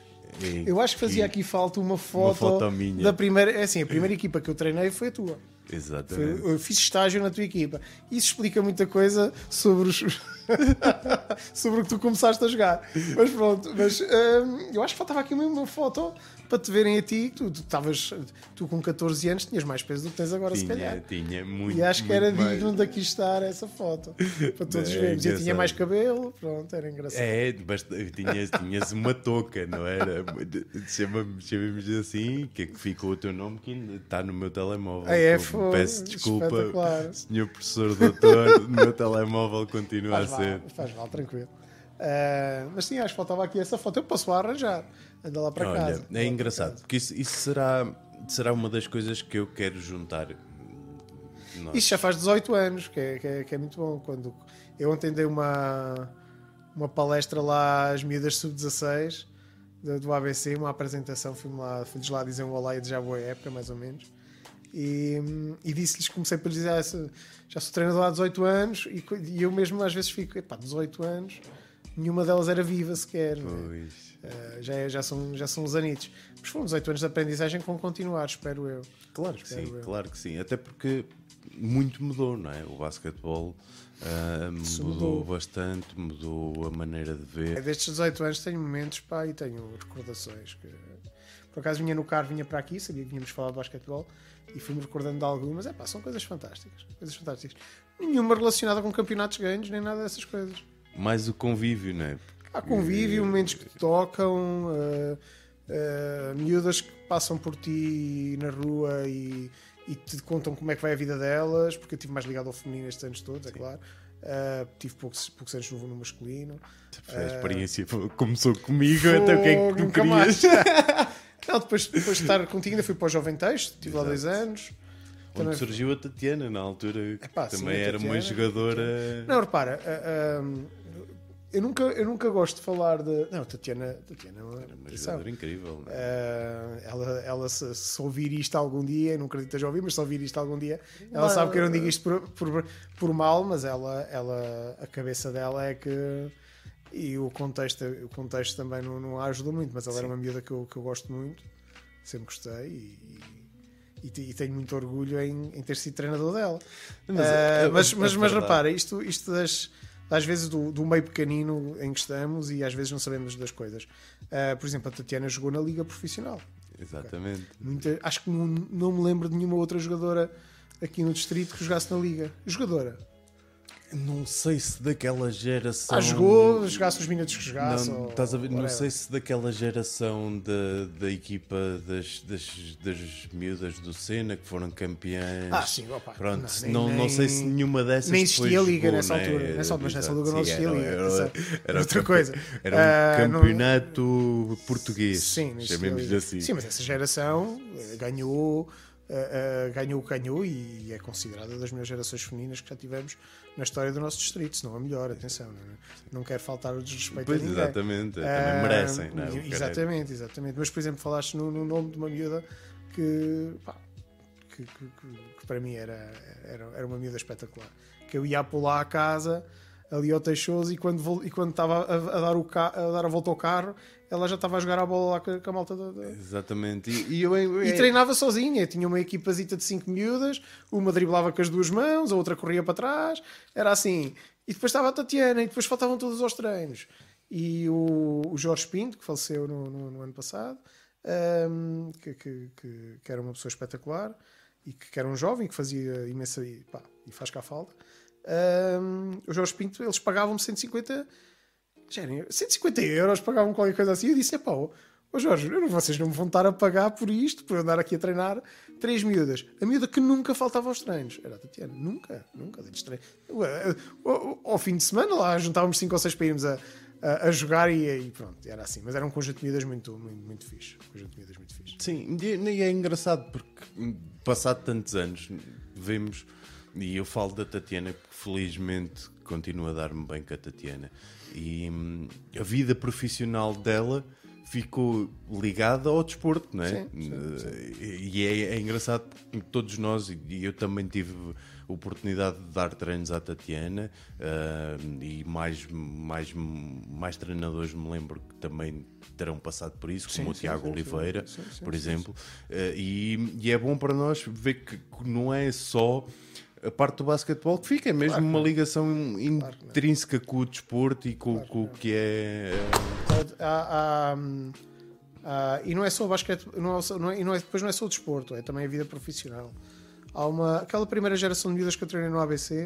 Speaker 2: Eu acho que fazia aqui falta uma foto,
Speaker 1: uma foto minha.
Speaker 2: Da primeira, é assim, a primeira equipa que eu treinei foi a tua.
Speaker 1: Exatamente.
Speaker 2: Foi, eu fiz estágio na tua equipa. Isso explica muita coisa sobre os sobre o que tu começaste a jogar. Mas pronto, mas hum, eu acho que faltava aqui uma foto para te verem a ti. Tu, tu, estavas, tu com catorze anos tinhas mais peso do que tens agora,
Speaker 1: tinha,
Speaker 2: se calhar.
Speaker 1: Tinha muito.
Speaker 2: E acho que era
Speaker 1: mais.
Speaker 2: digno daqui estar essa foto para todos
Speaker 1: É,
Speaker 2: vermos. Eu tinha
Speaker 1: engraçado.
Speaker 2: mais cabelo, pronto, era engraçado.
Speaker 1: É, mas tinhas, tinhas uma touca, não era? Chama-me- Chamamos assim, que é que ficou o teu nome que ainda está no meu telemóvel.
Speaker 2: Ah, é,
Speaker 1: Eu
Speaker 2: foi
Speaker 1: peço desculpa,
Speaker 2: espetacular.
Speaker 1: senhor professor doutor, o meu telemóvel continua
Speaker 2: Faz
Speaker 1: a ser.
Speaker 2: mal, faz mal, tranquilo. Uh, mas sim, acho que faltava aqui essa foto. Eu posso lá arranjar. Anda lá para
Speaker 1: Olha,
Speaker 2: casa.
Speaker 1: é
Speaker 2: Anda lá
Speaker 1: engraçado,
Speaker 2: para casa.
Speaker 1: porque isso, isso será, será uma das coisas que eu quero juntar. Nós.
Speaker 2: Isso já faz dezoito anos, que é, que é, que é muito bom. Quando eu ontem dei uma, uma palestra lá às miúdas sub dezasseis do, do A B C, uma apresentação, fui-me lá, fui-lhes lá dizer um olá e desejar boa época, mais ou menos. E, e disse-lhes, comecei por dizer, ah, já sou treinador há dezoito anos e, e eu mesmo às vezes fico, epá, dezoito anos, nenhuma delas era viva sequer. Né?
Speaker 1: Pois.
Speaker 2: Uh, já, é, já, são, já são uns anitos. Mas foram dezoito anos de aprendizagem que vão continuar, espero eu.
Speaker 1: Claro que
Speaker 2: Espero
Speaker 1: sim,
Speaker 2: eu.
Speaker 1: claro que sim. Até porque muito mudou, não é? O basquetebol ah,
Speaker 2: Isso
Speaker 1: mudou,
Speaker 2: mudou.
Speaker 1: bastante, mudou a maneira de
Speaker 2: É,
Speaker 1: ver.
Speaker 2: destes dezoito anos tenho momentos, pá, e tenho recordações. Que, por acaso vinha no carro, vinha para aqui, sabia que vinhamos falar de basquetebol e fui-me recordando de algumas. É pá, são coisas fantásticas. Coisas fantásticas. Nenhuma relacionada com campeonatos ganhos, nem nada dessas coisas.
Speaker 1: Mais o convívio, não é?
Speaker 2: Há convívio, momentos que te tocam, uh, uh, miúdas que passam por ti na rua e, e te contam como é que vai a vida delas, porque eu estive mais ligado ao feminino estes anos todos, é claro. Uh, tive poucos, poucos anos no masculino.
Speaker 1: A experiência foi- começou comigo, então o que é que tu
Speaker 2: Nunca
Speaker 1: querias?
Speaker 2: mais. Não, depois, depois de estar contigo, ainda fui para o Jovem Texto, estive lá dois anos.
Speaker 1: Onde
Speaker 2: Também-
Speaker 1: surgiu a Tatiana, na altura, que
Speaker 2: Epá, sim,
Speaker 1: também
Speaker 2: a
Speaker 1: era uma
Speaker 2: Tatiana.
Speaker 1: jogadora.
Speaker 2: Não, repara, uh, um, eu, nunca, eu nunca gosto de falar de. Não, Tatiana, Tatiana é uma,
Speaker 1: Era uma jogadora incrível. Não é?
Speaker 2: Uh, ela, ela se, se ouvir isto algum dia, não acredito que esteja a ouvir, mas se ouvir isto algum dia, ela sabe que eu não digo isto por, por, por mal, mas ela, ela, a cabeça dela é que. E o contexto, o contexto também não, não a ajuda muito, mas ela Sim. era uma miúda que eu, que eu gosto muito, sempre gostei e, e, e tenho muito orgulho em, em ter sido treinador dela. Mas, uh, é, mas, é mas, mas repara, isto, isto das. Às vezes do, do meio pequenino em que estamos e às vezes não sabemos das coisas. Uh, por exemplo, a Tatiana jogou na Liga Profissional.
Speaker 1: Exatamente.
Speaker 2: Okay. Muita, acho que não, não me lembro de nenhuma outra jogadora aqui no distrito que jogasse na Liga. Jogadora.
Speaker 1: Não sei se daquela geração.
Speaker 2: Ah, jogou, jogasse os minutos que jogasse.
Speaker 1: Não,
Speaker 2: ou,
Speaker 1: estás a ver? Não
Speaker 2: whatever.
Speaker 1: sei se daquela geração da, da equipa das, das, das miúdas do Sena que foram campeãs.
Speaker 2: Ah, sim, opa.
Speaker 1: Pronto,
Speaker 2: não, nem,
Speaker 1: não,
Speaker 2: nem,
Speaker 1: não sei se nenhuma dessas.
Speaker 2: Nem existia
Speaker 1: Liga
Speaker 2: Liga nessa
Speaker 1: né?
Speaker 2: altura. Nessa, mas nessa altura não existia Liga.
Speaker 1: Era, era,
Speaker 2: era outra
Speaker 1: campe...
Speaker 2: coisa.
Speaker 1: Era um uh, campeonato não... português.
Speaker 2: Sim,
Speaker 1: chamemos-lhe assim.
Speaker 2: Sim, mas essa geração ganhou. Uh, uh, ganhou o que ganhou e é considerada das melhores gerações femininas que já tivemos na história do nosso distrito, se não a melhor, atenção, não, não quero faltar o desrespeito
Speaker 1: pois
Speaker 2: a ninguém.
Speaker 1: Exatamente, uh, também merecem, não é?
Speaker 2: Exatamente, exatamente. Mas, por exemplo, falaste no, no nome de uma miúda que, pá, que, que, que, que para mim era, era, era uma miúda espetacular, que eu ia pular a casa ali ao Teixoso e quando, e quando estava a, a, dar o ca, a dar a volta ao carro ela já estava a jogar a bola lá com a, com a malta da, da...
Speaker 1: Exatamente e, e, eu, eu,
Speaker 2: e treinava sozinha, tinha uma equipazita de cinco miúdas, uma driblava com as duas mãos, a outra corria para trás, era assim, e depois estava a Tatiana e depois faltavam todos aos treinos e o, o Jorge Pinto que faleceu no, no, no ano passado, um, que, que, que, que era uma pessoa espetacular e que, que era um jovem que fazia imensa e, pá, e faz cá falta. Um, o Jorge Pinto, eles pagavam-me cento e cinquenta cento e cinquenta euros, pagavam qualquer coisa assim. Eu disse: é pá, ô Jorge, vocês não me vão estar a pagar por isto, por andar aqui a treinar três miúdas. A miúda que nunca faltava aos treinos era a Tatiana, nunca, nunca. Ao fim de semana lá juntávamos cinco ou seis para irmos a, a, a jogar e, e pronto, era assim. Mas era um conjunto de miúdas muito, muito, muito fixe. Um conjunto de miúdas muito fixe.
Speaker 1: Sim, e é engraçado porque, passado tantos anos, vemos. E eu falo da Tatiana porque felizmente continuo a dar-me bem com a Tatiana e hum, a vida profissional dela ficou ligada ao desporto, não é? Sim, sim, sim. E é, é engraçado porque todos nós, e eu também tive a oportunidade de dar treinos à Tatiana uh, e mais, mais, mais treinadores me lembro que também terão passado por isso, como sim, o Tiago sim, Oliveira, sim, sim, por sim, exemplo, sim. Uh, e, e é bom para nós ver que não é só a parte do basquetebol que fica, é mesmo claro, uma ligação claro, intrínseca com o desporto e com, claro, com o que é.
Speaker 2: Há, há, há, e não é só o basquete, não é, não é, e não é, depois não é só o desporto, é também a vida profissional. Há uma, aquela primeira geração de miúdas que eu treinei no A B C,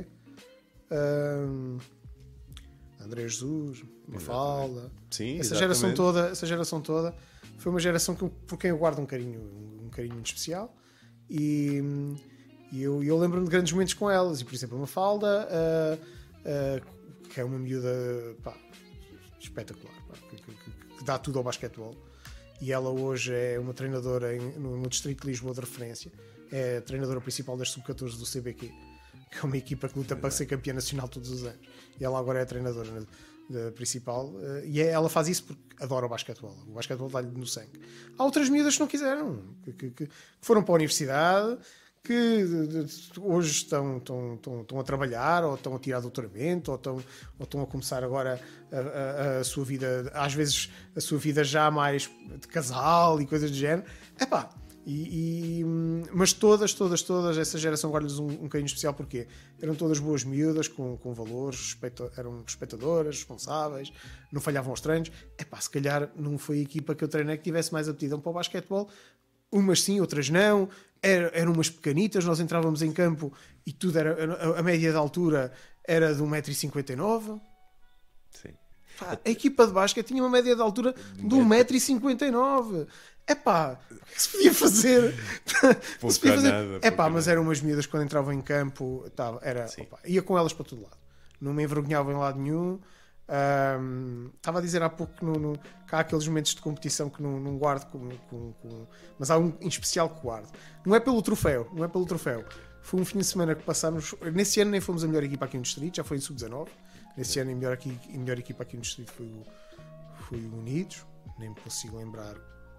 Speaker 2: um, André Jesus, Mafalda,
Speaker 1: Sim,
Speaker 2: essa geração toda, essa geração toda foi uma geração que, por quem eu guardo um carinho, um carinho muito especial e. E eu, eu lembro-me de grandes momentos com elas. E, por exemplo, uma Mafalda, uh, uh, que é uma miúda pá, espetacular, pá, que, que, que, que dá tudo ao basquetebol. E ela hoje é uma treinadora em, no, no Distrito de Lisboa de referência. É a treinadora principal das sub catorze do C B Q, que é uma equipa que luta para ser campeã nacional todos os anos. E ela agora é a treinadora de, de principal. Uh, e é, ela faz isso porque adora o basquetebol. O basquetebol dá-lhe no sangue. Há outras miúdas que não quiseram, que, que, que foram para a universidade, que hoje estão, estão, estão, estão a trabalhar ou estão a tirar doutoramento ou estão, ou estão a começar agora a, a, a sua vida, às vezes a sua vida já mais de casal e coisas do género. Epá, e, e, mas todas, todas, todas, essa geração guarda-lhes um, um carinho especial porque eram todas boas miúdas, com, com valores, respeito, eram respeitadoras, responsáveis, não falhavam aos treinos. Epá, se calhar não foi a equipa que eu treinei que tivesse mais aptidão para o basquetebol. Umas sim, outras não. Era, eram umas pequenitas, nós entrávamos em campo e tudo era, a, a média de altura era de um metro e cinquenta e nove.
Speaker 1: Sim.
Speaker 2: Pá, a equipa de basquete tinha uma média de altura de um metro e cinquenta e nove. Epá, o que se podia fazer?
Speaker 1: Pouco se podia fazer. Nada,
Speaker 2: Epá, mas eram umas miúdas quando entravam em campo, tava, era, opa, ia com elas para todo lado. Não me envergonhava em lado nenhum. Um, estava a dizer há pouco que, no, no, que há aqueles momentos de competição que não, não guardo com, com, com, mas há um em especial que guardo. Não é pelo troféu, não é pelo troféu. Foi um fim de semana que passámos. Nesse ano nem fomos a melhor equipa aqui no distrito, já foi em sub dezanove. Nesse ano, a melhor, aqui, a melhor equipa aqui no distrito foi o, foi o Unidos. Nem me consigo lembrar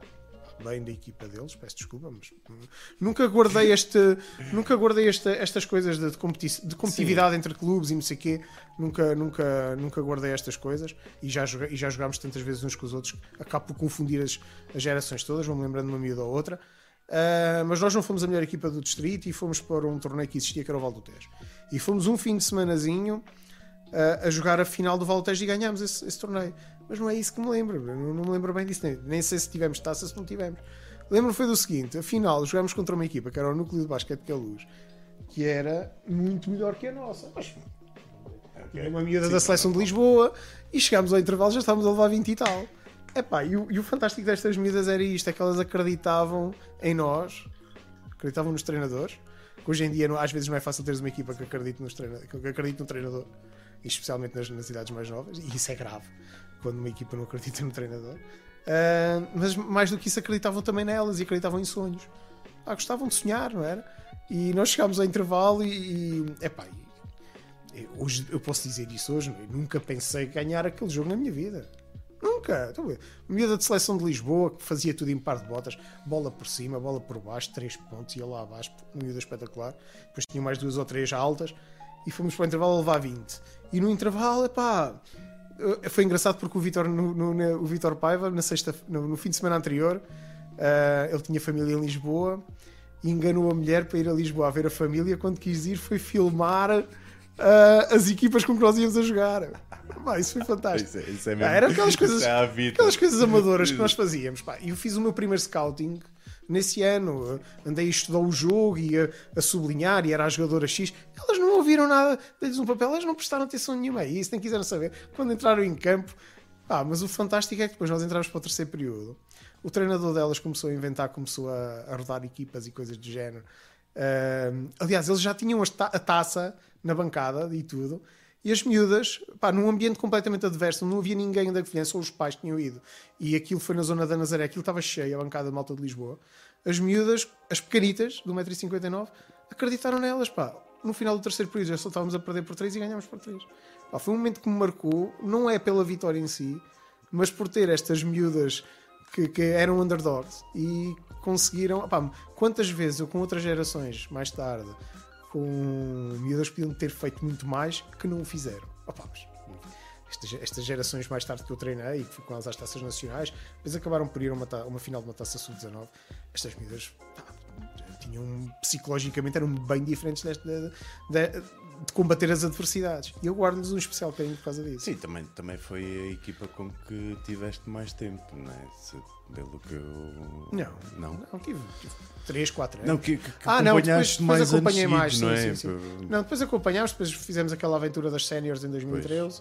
Speaker 2: bem da equipa deles, peço desculpa, mas nunca guardei, este, nunca guardei esta, estas coisas de, competi- de competitividade Sim. entre clubes e não sei o quê. Nunca, nunca, nunca guardei estas coisas e já, joga, e já jogámos tantas vezes uns com os outros, acabo por confundir as, as gerações todas, vou-me lembrando de uma miúda ou outra. Uh, mas nós não fomos a melhor equipa do distrito e fomos para um torneio que existia, que era o Val do Tejo. E fomos um fim de semanazinho uh, a jogar a final do Val do Tejo e ganhámos esse, esse torneio. Mas não é isso que me lembro, não, não me lembro bem disso, nem, nem sei se tivemos taça, se não tivemos. Lembro-me foi do seguinte: afinal, jogámos contra uma equipa que era o Núcleo de Basquete de Queluz, que era muito melhor que a nossa. Mas, okay. Uma miúda Sim, da seleção de Lisboa, e chegámos ao intervalo, já estávamos a levar vinte e tal. Epá, e, o, e o fantástico destas miúdas era isto: é que elas acreditavam em nós, acreditavam nos treinadores. Que hoje em dia, às vezes, não é fácil teres uma equipa que acredite, nos treina, que acredite no treinador, especialmente nas, nas idades mais novas, e isso é grave quando uma equipa não acredita no treinador. Uh, mas mais do que isso, acreditavam também nelas e acreditavam em sonhos. Ah, gostavam de sonhar, não era? E nós chegámos ao intervalo e, e epá, e, hoje, eu posso dizer isso hoje, eu nunca pensei ganhar aquele jogo na minha vida. Nunca. Uma miúda de seleção de Lisboa que fazia tudo em par de botas, bola por cima, bola por baixo, três pontos, ia lá abaixo, uma miúda espetacular. Depois tinha mais duas ou três altas e fomos para o intervalo a levar vinte. E no intervalo, epá, foi engraçado porque o Vítor, no, no, o Vítor Paiva, na sexta, no, no fim de semana anterior, uh, ele tinha família em Lisboa e enganou a mulher para ir a Lisboa a ver a família. Quando quis ir, foi filmar uh, as equipas com que nós íamos a jogar. Pá, isso foi fantástico. Isso é, isso é mesmo, ah, eram aquelas coisas, é aquelas coisas amadoras que nós fazíamos. Pá. E eu fiz o meu primeiro scouting nesse ano. Andei a estudar o jogo e a, a sublinhar, e era a jogadora X. Elas não ouviram nada, dei-lhes um papel, elas não prestaram atenção nenhuma a isso, nem quiseram saber. Quando entraram em campo, ah, mas o fantástico é que depois nós entramos para o terceiro período. O treinador delas começou a inventar, começou a, a rodar equipas e coisas do género. Uh, aliás, eles já tinham a taça na bancada e tudo. E as miúdas, pá, num ambiente completamente adverso, não havia ninguém da confiança, só os pais tinham ido. E aquilo foi na zona da Nazaré, aquilo estava cheio, a bancada de malta de Lisboa. As miúdas, as pequenitas, do um metro e cinquenta e nove, acreditaram nelas, pá. No final do terceiro período já só estávamos a perder por três e ganhámos por três. Pá, foi um momento que me marcou, não é pela vitória em si, mas por ter estas miúdas que, que eram underdogs e conseguiram... Pá, quantas vezes eu com outras gerações, mais tarde... com miúdas podiam ter feito muito mais que não o fizeram. Opa, mas estas, estas gerações mais tarde que eu treinei e que fui com elas às taças nacionais, depois acabaram por ir a uma, ta- uma final de uma taça sub dezanove. Estas miúdas pá, tinham psicologicamente, eram bem diferentes deste, de, de, de combater as adversidades. E eu guardo-lhes um especial carinho por causa disso.
Speaker 1: Sim, também, também foi a equipa com que tiveste mais tempo, não é? Se, pelo que eu...
Speaker 2: Não,
Speaker 1: não,
Speaker 2: não tive, tive três, quatro anos.
Speaker 1: Não, que, que, que
Speaker 2: ah, não, depois, depois
Speaker 1: mais
Speaker 2: acompanhei mais. Sim,
Speaker 1: não é?
Speaker 2: sim, sim. Não, depois acompanhámos, depois fizemos aquela aventura das séniores em dois mil e treze.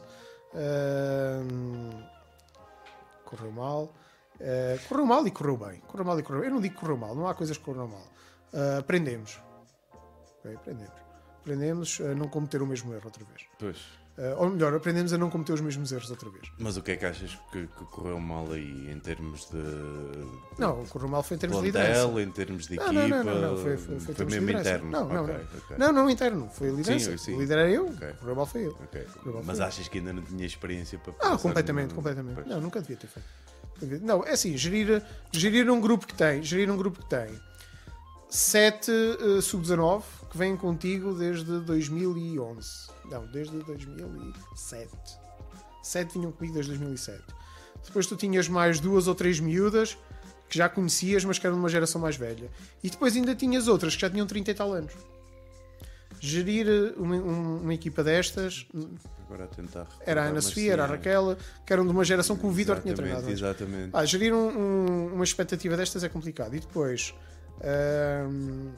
Speaker 2: Uh, correu mal. Uh, correu mal e correu bem. Correu mal e correu bem. Eu não digo que correu mal, não há coisas que correram mal. Uh, aprendemos. Okay, aprendemos. Aprendemos a não cometer o mesmo erro outra vez.
Speaker 1: Pois.
Speaker 2: Uh, ou melhor, aprendemos a não cometer os mesmos erros outra vez.
Speaker 1: Mas o que é que achas que, que correu mal aí em termos de.
Speaker 2: Não, correu mal foi em termos
Speaker 1: plantel,
Speaker 2: de liderança.
Speaker 1: Em termos de
Speaker 2: não,
Speaker 1: equipa.
Speaker 2: Não, não, não, não. Foi, foi, foi,
Speaker 1: foi mesmo interno.
Speaker 2: Não, não,
Speaker 1: okay,
Speaker 2: não.
Speaker 1: Okay.
Speaker 2: não, não interno. Foi liderança. Sim, sim. O líder era eu, okay. Correu mal foi eu.
Speaker 1: Okay.
Speaker 2: Mal
Speaker 1: Mas
Speaker 2: foi
Speaker 1: achas eu. que ainda não tinha experiência para
Speaker 2: Ah, completamente, no... completamente. Pois. Não, nunca devia ter feito. Não, é assim, gerir, gerir um grupo que tem, gerir um grupo que tem sete uh, sub dezanove que vêm contigo desde dois mil e onze. Não, desde dois mil e sete. Sete vinham comigo desde dois mil e sete. Depois tu tinhas mais duas ou três miúdas que já conhecias, mas que eram de uma geração mais velha. E depois ainda tinhas outras que já tinham trinta e tal anos. Gerir uma, uma equipa destas...
Speaker 1: Agora a tentar
Speaker 2: era a Ana Sofia, era a Raquel, que eram de uma geração que o Vítor tinha treinado.
Speaker 1: Exatamente.
Speaker 2: Ah, gerir um, um, uma expectativa destas é complicado. E depois... Hum,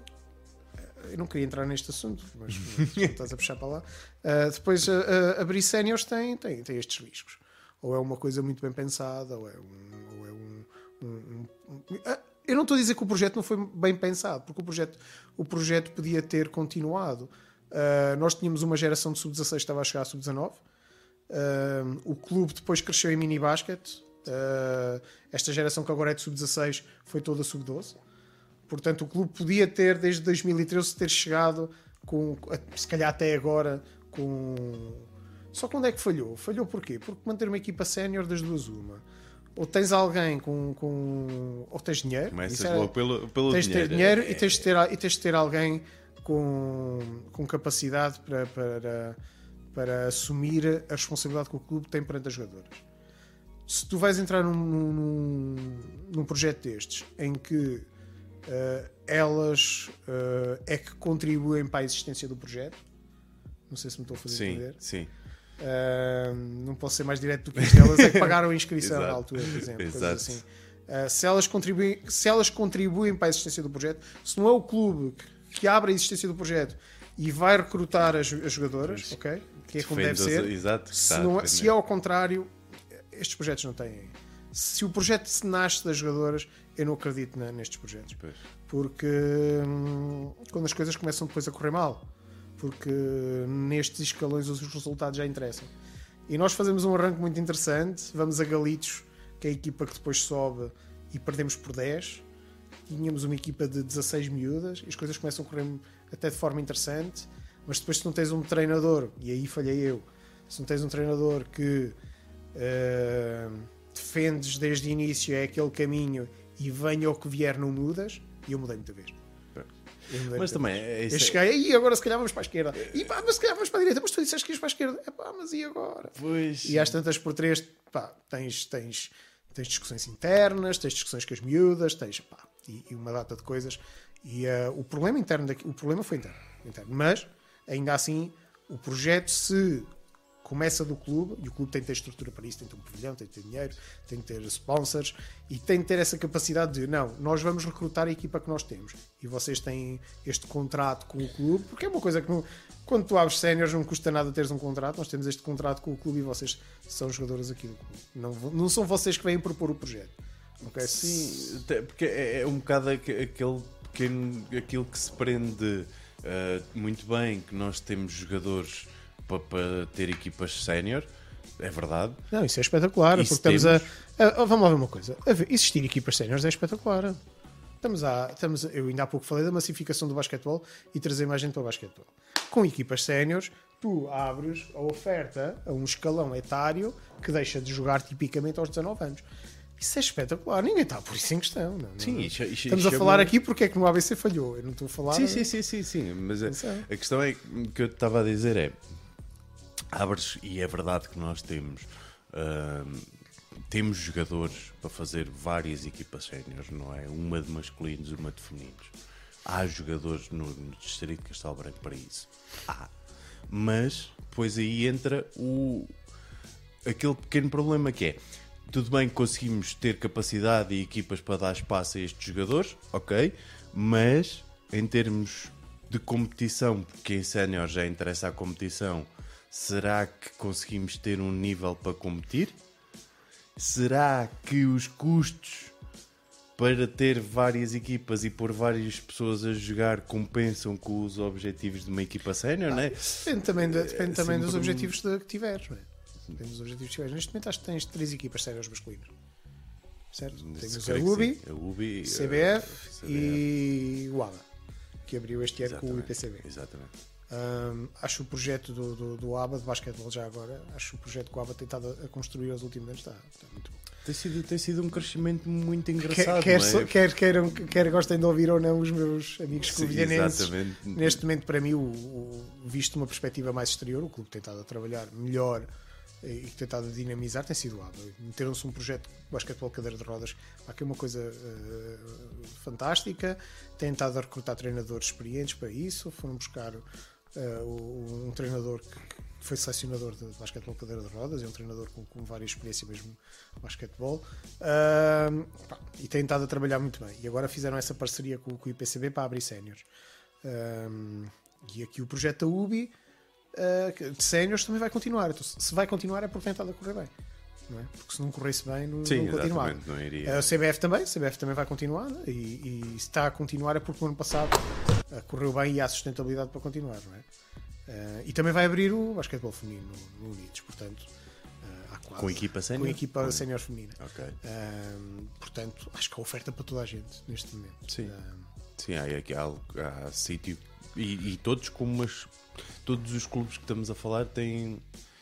Speaker 2: eu não queria entrar neste assunto, mas, mas estás a puxar para lá. Uh, depois, uh, uh, abrir séniores tem, tem, tem estes riscos. Ou é uma coisa muito bem pensada, ou é um... Ou é um, um, um, um uh, eu não estou a dizer que o projeto não foi bem pensado, porque o projeto, o projeto podia ter continuado. Uh, nós tínhamos uma geração de sub dezasseis que estava a chegar a sub dezanove. Uh, o clube depois cresceu em mini-basket. Uh, esta geração que agora é de sub dezasseis foi toda sub doze. Portanto, o clube podia ter, desde dois mil e treze, ter chegado, com, se calhar até agora, com Só que onde é que falhou? Falhou porquê? Porque manter uma equipa sénior das duas uma. Ou tens alguém com... com ou tens dinheiro.
Speaker 1: Começas
Speaker 2: é,
Speaker 1: logo pelo, pelo
Speaker 2: tens
Speaker 1: dinheiro.
Speaker 2: de ter dinheiro
Speaker 1: é,
Speaker 2: e, tens de ter, e tens de ter alguém com, com capacidade para, para, para assumir a responsabilidade que o clube tem perante as jogadoras. Se tu vais entrar num, num, num projeto destes em que uh, elas uh, é que contribuem para a existência do projeto, não sei se me estou a fazer
Speaker 1: sim,
Speaker 2: entender.
Speaker 1: Sim.
Speaker 2: Uh, não posso ser mais direto do que isto. Elas é que pagaram a inscrição na altura, por exemplo.
Speaker 1: Exato.
Speaker 2: Assim. Uh, se, elas contribuem, se elas contribuem para a existência do projeto, se não é o clube que, que abre a existência do projeto e vai recrutar as, as jogadoras, ok? Que é como deve ser.
Speaker 1: Exato,
Speaker 2: se, não é, se é ao contrário, estes projetos não têm. Se o projeto se nasce das jogadoras, eu não acredito na, nestes projetos.
Speaker 1: Pois.
Speaker 2: Porque hum, quando as coisas começam depois a correr mal, porque nestes escalões os resultados já interessam. E nós fazemos um arranque muito interessante, vamos a Galitos, que é a equipa que depois sobe, e perdemos por dez. Tínhamos uma equipa de dezasseis miúdas e as coisas começam a correr até de forma interessante, mas depois se não tens um treinador, e aí falhei eu, se não tens um treinador que uh, defendes desde o início, é aquele caminho e venha o que vier não mudas, e eu mudei muita vez.
Speaker 1: Mas também é,
Speaker 2: eu cheguei e agora se calhar vamos para a esquerda, e pá, mas se calhar vamos para a direita, mas tu disseste que ias para a esquerda, é pá, mas e agora?
Speaker 1: Pois.
Speaker 2: E às tantas por três, pá, tens, tens, tens discussões internas, tens discussões com as miúdas, tens, pá, e, e uma data de coisas, e uh, o problema interno daqui, o problema foi interno, interno, mas ainda assim o projeto se começa do clube, e o clube tem que ter estrutura para isso, tem que ter um pavilhão, tem que ter dinheiro, tem que ter sponsors, e tem que ter essa capacidade de, não, nós vamos recrutar a equipa que nós temos, e vocês têm este contrato com o clube, porque é uma coisa que não, quando tu abres séniores não custa nada teres um contrato, nós temos este contrato com o clube e vocês são jogadores aqui do clube, não, não são vocês que vêm propor o projeto. Okay?
Speaker 1: Sim, porque é, é um bocado aquele pequeno, aquilo que se prende uh, muito bem, que nós temos jogadores para, para ter equipas sénior, é verdade.
Speaker 2: Não, isso é espetacular,
Speaker 1: isso
Speaker 2: porque estamos
Speaker 1: temos...
Speaker 2: a, a, a... Vamos lá ver uma coisa. A ver, existir equipas séniores é espetacular. Estamos a, estamos a, eu ainda há pouco falei da massificação do basquetebol e trazer mais gente para o basquetebol. Com equipas séniores, tu abres a oferta a um escalão etário que deixa de jogar tipicamente aos dezanove anos. Isso é espetacular. Ninguém está por isso em questão. Não,
Speaker 1: sim,
Speaker 2: não.
Speaker 1: Isso, isso,
Speaker 2: estamos
Speaker 1: isso
Speaker 2: a falar
Speaker 1: é
Speaker 2: aqui porque é que no A B C falhou. Eu não estou a falar...
Speaker 1: Sim, sim, sim, sim, sim. Mas a, a questão é que eu estava a dizer é, abres, e é verdade que nós temos uh, temos jogadores para fazer várias equipas séniores, não é? Uma de masculinos, uma de femininos. Há jogadores no, no Distrito de Castelo Branco para isso. Há. Mas depois aí entra o aquele pequeno problema que é, tudo bem que conseguimos ter capacidade e equipas para dar espaço a estes jogadores, ok, mas em termos de competição, porque em sénior já interessa a competição, será que conseguimos ter um nível para competir? Será que os custos para ter várias equipas e pôr várias pessoas a jogar compensam com os objetivos de uma equipa sénior, ah, não é?
Speaker 2: Depende também, de, depende é também dos objetivos de, que tiveres, não é? Depende dos objetivos que tiveres. Neste momento acho que tens três equipas séniores masculinas. Certo? Tens a UBI,
Speaker 1: a UBI,
Speaker 2: C B F, C B F e o A B A, que abriu este ano com o I P C B.
Speaker 1: Exatamente.
Speaker 2: Um, acho o projeto do, do, do A B A de basquetebol já agora, acho o projeto que o A B A tem estado a construir aos últimos anos está, está muito bom.
Speaker 1: Tem sido, tem sido um crescimento muito engraçado.
Speaker 2: Quer,
Speaker 1: não é?
Speaker 2: quer, quer, quer, quer gostem de ouvir ou não os meus amigos covilhanenses, neste momento para mim, o, o, visto uma perspectiva mais exterior, o clube tem estado a trabalhar melhor e que tem estado a dinamizar tem sido o A B A. Meteram-se um projeto de basquetebol cadeira de rodas, aqui é uma coisa uh, fantástica, tem estado a recrutar treinadores experientes para isso, foram buscar uh, um treinador que foi selecionador de basquetebol cadeira de rodas, é um treinador com, com várias experiências mesmo de basquetebol, uh, pá, e tem estado a trabalhar muito bem, e agora fizeram essa parceria com, com o I P C B para abrir séniores, uh, e aqui o projeto da UBI Uh, de séniores também vai continuar. Então, se vai continuar é porque tem estado a correr bem, não é? Porque se não corresse bem não,
Speaker 1: Sim,
Speaker 2: não continuava.
Speaker 1: Não iria.
Speaker 2: Uh, o C B F também, o C B F também vai continuar, e, e se está a continuar é porque no ano passado uh, correu bem e há sustentabilidade para continuar, não é? Uh, e também vai abrir o basquetebol feminino no, no Unidos, portanto uh, há quase,
Speaker 1: com equipa sénior?
Speaker 2: Com equipa sénior feminina.
Speaker 1: Okay.
Speaker 2: Uh, portanto, acho que há oferta para toda a gente neste momento.
Speaker 1: Sim,
Speaker 2: uh,
Speaker 1: Sim há, há, há sítio e, e todos como umas todos os clubes que estamos a falar têm,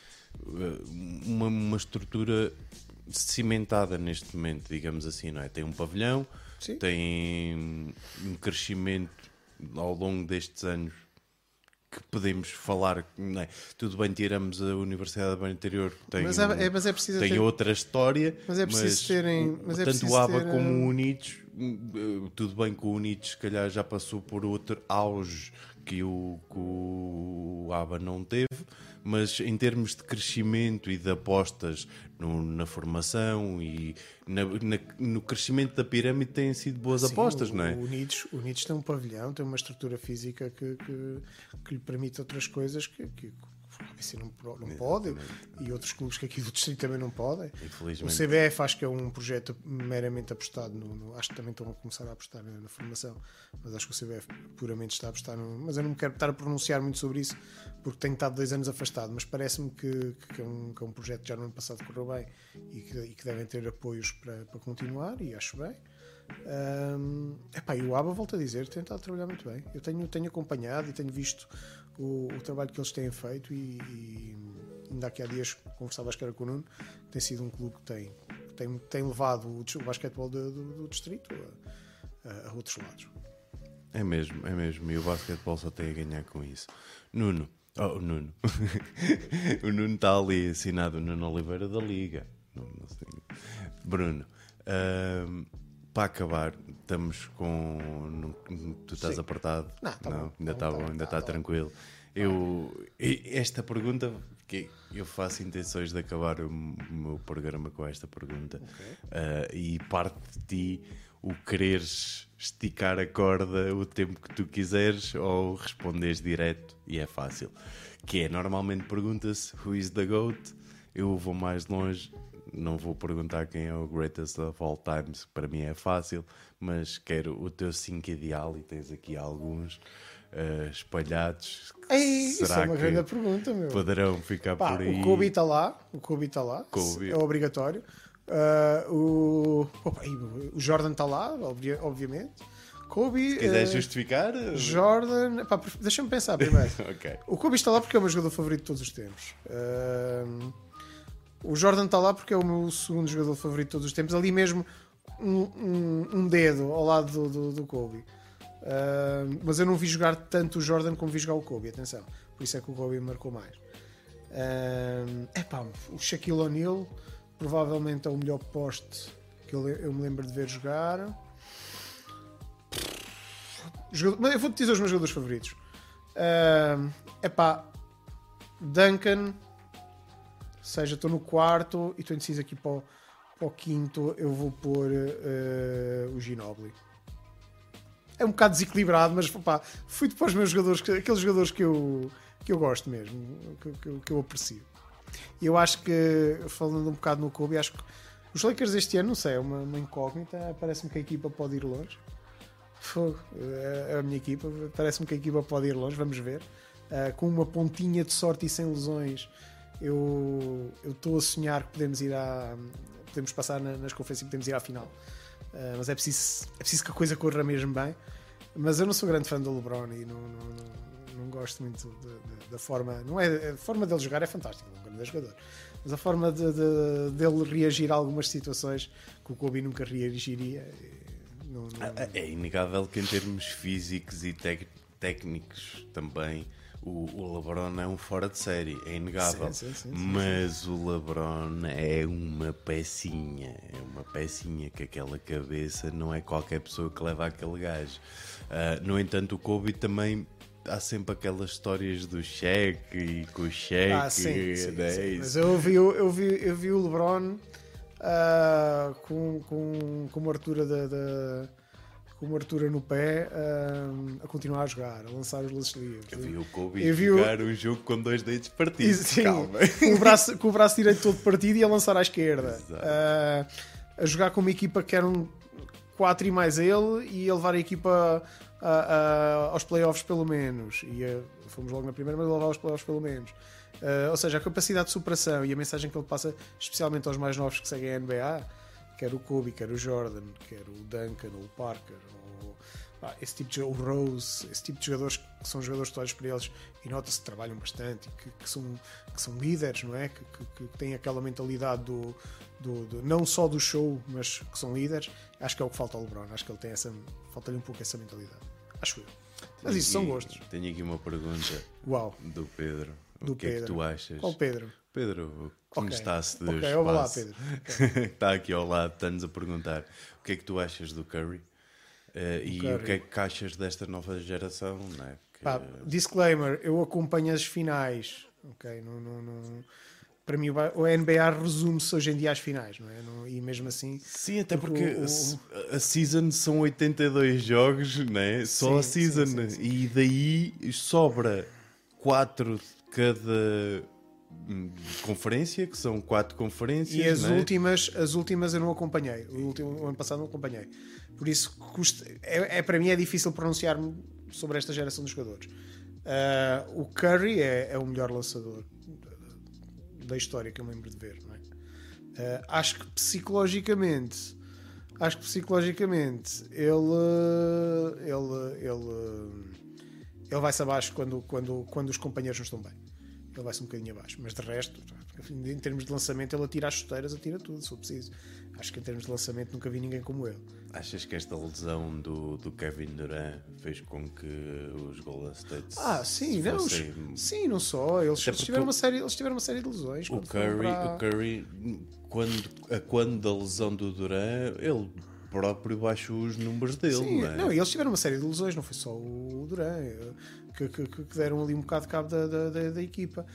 Speaker 1: uma, uma estrutura cimentada neste momento, digamos assim, não é? Tem um pavilhão,
Speaker 2: Sim.
Speaker 1: tem um crescimento ao longo destes anos que podemos falar, não é? Tudo bem, tiramos a Universidade da Beira Interior, que tem,
Speaker 2: Mas é, é, mas é preciso
Speaker 1: tem
Speaker 2: ter...
Speaker 1: outra história,
Speaker 2: mas é preciso
Speaker 1: mas,
Speaker 2: terem, mas é
Speaker 1: tanto
Speaker 2: preciso
Speaker 1: o ABA
Speaker 2: ter,
Speaker 1: como o Unidos, tudo bem que o Unidos se calhar já passou por outro auge que o, que o ABA não teve, mas em termos de crescimento e de apostas no, na formação e na, na, no crescimento da pirâmide têm sido boas
Speaker 2: Sim,
Speaker 1: apostas,
Speaker 2: o,
Speaker 1: não é?
Speaker 2: O Unidos, o Unidos tem um pavilhão, tem uma estrutura física que, que, que lhe permite outras coisas que, que assim não, não pode, e outros clubes que aqui do distrito também não podem. O C B F acho que é um projeto meramente apostado no, no, acho que também estão a começar a apostar na, na formação, mas acho que o C B F puramente está a apostar no, mas eu não me quero estar a pronunciar muito sobre isso porque tenho estado dois anos afastado, mas parece-me que, que, é um, que é um projeto que já no ano passado correu bem e que, e que devem ter apoios para, para continuar, e acho bem. Um, epá, e o ABA, volto a dizer, tem estado a trabalhar muito bem. Eu tenho, tenho acompanhado e tenho visto o, o trabalho que eles têm feito, e, e ainda aqui há dias conversava acho que era com o Nuno. Tem sido um clube que tem, tem, tem levado o, o basquetebol do, do, do distrito a, a, a outros lados.
Speaker 1: É mesmo, é mesmo, e o basquetebol só tem a ganhar com isso. Nuno, oh, o Nuno o Nuno está ali assinado, o Nuno Oliveira da Liga. Não, não sei. Bruno, um, para acabar, estamos com. Não, tu estás
Speaker 2: Sim.
Speaker 1: apertado?
Speaker 2: Não, tá
Speaker 1: não
Speaker 2: bom.
Speaker 1: ainda está
Speaker 2: Não,
Speaker 1: bom,
Speaker 2: tá,
Speaker 1: ainda
Speaker 2: tá,
Speaker 1: está
Speaker 2: tá.
Speaker 1: tranquilo. Eu, esta pergunta, que eu faço intenções de acabar o meu programa com esta pergunta,
Speaker 2: Okay.
Speaker 1: uh, e parte de ti o quereres esticar a corda o tempo que tu quiseres ou responderes direto e é fácil. Que é, normalmente pergunta-se who is the GOAT? Eu vou mais longe. Não vou perguntar quem é o greatest of all times, para mim é fácil, mas quero o teu cinco ideal, e tens aqui alguns uh, espalhados.
Speaker 2: Ei,
Speaker 1: Será
Speaker 2: isso é uma
Speaker 1: que
Speaker 2: grande pergunta, meu.
Speaker 1: poderão ficar
Speaker 2: Pá,
Speaker 1: por aí?
Speaker 2: o Kobe está lá, o Kobe está lá,
Speaker 1: Kobe.
Speaker 2: é obrigatório. Uh, o, opa, aí, o Jordan está lá, obvi- obviamente. Kobe.
Speaker 1: Se quiser
Speaker 2: uh,
Speaker 1: justificar.
Speaker 2: Jordan. Pá, deixa-me pensar primeiro.
Speaker 1: Ok.
Speaker 2: O Kobe está lá porque é o meu jogador favorito de todos os tempos. Uh, o Jordan está lá porque é o meu segundo jogador favorito de todos os tempos. Ali mesmo, um, um, um dedo ao lado do, do, do Kobe. Uh, mas eu não vi jogar tanto o Jordan como vi jogar o Kobe, atenção. Por isso é que o Kobe me marcou mais. Uh, epá, o Shaquille O'Neal provavelmente é o melhor poste que eu, eu me lembro de ver jogar. Jogador, eu vou-te dizer os meus jogadores favoritos. Uh, epá, Duncan. Ou seja, estou no quarto e estou indeciso aqui para o, para o quinto. Eu vou pôr uh, o Ginobili. É um bocado desequilibrado, mas pá, fui para os meus jogadores, aqueles jogadores que eu, que eu gosto mesmo, que, que, que eu aprecio. E eu acho que, falando um bocado no Kobe, acho que os Lakers este ano, não sei, é uma, uma incógnita. Parece-me que a equipa pode ir longe. Fogo, é a minha equipa, parece-me que a equipa pode ir longe, vamos ver. Uh, com uma pontinha de sorte e sem lesões, eu estou a sonhar que podemos ir à, podemos passar na, nas conferências e podemos ir à final. Uh, mas é preciso, é preciso que a coisa corra mesmo bem. Mas eu não sou grande fã do LeBron e não, não, não, não gosto muito de, de, da forma. Não é, a forma dele jogar é fantástica, é um grande jogador. Mas a forma de, de, dele reagir a algumas situações que o Kobe nunca reagiria. Não, não...
Speaker 1: É inegável que em termos físicos e tec- técnicos também o, o LeBron é um fora de série, é inegável.
Speaker 2: Sim, sim, sim, sim,
Speaker 1: mas
Speaker 2: sim.
Speaker 1: o LeBron é uma pecinha, é uma pecinha que aquela cabeça não é qualquer pessoa que leva aquele gajo. Uh, no entanto, o Kobe também há sempre aquelas histórias do Shaq e com o Shaq.
Speaker 2: Ah, sim, sim,
Speaker 1: né?
Speaker 2: sim. Mas eu vi, eu vi, eu vi o LeBron uh, com, com, com uma altura da, da com uma altura no pé uh, a continuar a jogar, a lançar os lances livres.
Speaker 1: Eu vi o Kobe
Speaker 2: eu vi
Speaker 1: jogar
Speaker 2: o...
Speaker 1: um jogo com dois dedos partidos.
Speaker 2: Sim,
Speaker 1: Calma.
Speaker 2: com, o braço, com o braço direito todo partido e a lançar à esquerda. Uh, a jogar com uma equipa que eram quatro e mais ele, e a levar a equipa a, a, aos playoffs pelo menos. E a, fomos logo na primeira, mas a levar aos playoffs pelo menos. Uh, ou seja, a capacidade de superação e a mensagem que ele passa, especialmente aos mais novos que seguem a N B A, quer o Kobe, quer o Jordan, quer o Duncan ou o Parker, ou, pá, esse tipo de o Rose, esse tipo de jogadores que são jogadores que tu olhas para eles e nota-se que trabalham bastante, que, que, são, que são líderes, não é? Que, que, que têm aquela mentalidade do, do, do não só do show, mas que são líderes. Acho que é o que falta ao LeBron. Acho que ele tem essa, falta-lhe um pouco essa mentalidade. Acho eu. Mas isso são gostos.
Speaker 1: Tenho aqui uma pergunta
Speaker 2: Uau.
Speaker 1: do Pedro.
Speaker 2: Do
Speaker 1: o que
Speaker 2: Pedro.
Speaker 1: é que tu achas?
Speaker 2: Qual Pedro?
Speaker 1: Pedro, que
Speaker 2: okay.
Speaker 1: nos está a ceder
Speaker 2: okay,
Speaker 1: o
Speaker 2: lá,
Speaker 1: espaço.
Speaker 2: Pedro. Okay.
Speaker 1: Está aqui ao lado, está-nos a perguntar o que é que tu achas do Curry, uh, o e Curry. O que é que achas desta nova geração, não é? Que...
Speaker 2: Pá, disclaimer, eu acompanho as finais, ok? Não, não, não... Para mim o N B A resume-se hoje em dia às finais, não é? Não... E mesmo assim...
Speaker 1: Sim, até porque o... a season são oitenta e dois jogos, não é? Só sim, a season. Sim, sim, sim. E daí sobra quatro de cada conferência, que são quatro conferências.
Speaker 2: E as,
Speaker 1: não é?
Speaker 2: últimas, as últimas eu não acompanhei. O, último, o ano passado não acompanhei. Por isso, custa... é, é, para mim é difícil pronunciar-me sobre esta geração de jogadores. Uh, o Curry é, é o melhor lançador da história que eu me lembro de ver, não é? Uh, acho que psicologicamente acho que psicologicamente ele ele ele, ele vai-se abaixo quando, quando, quando os companheiros não estão bem. Ele vai-se um bocadinho abaixo, mas de resto, em termos de lançamento, ele atira as chuteiras, atira tudo, se for preciso. Acho que em termos de lançamento nunca vi ninguém como ele.
Speaker 1: Achas que esta lesão do, do Kevin Durant fez com que os Golden State
Speaker 2: ah, sim, não, fossem... sim, não só. Eles, eles, tiveram uma série, eles tiveram uma série de lesões.
Speaker 1: O Curry, para... o Curry quando, a quando da lesão do Durant, ele próprio baixou os números dele.
Speaker 2: Sim,
Speaker 1: não é?
Speaker 2: Não, eles tiveram uma série de lesões, não foi só o Durant, que, que, que deram ali um bocado de cabo da, da, da, da equipa.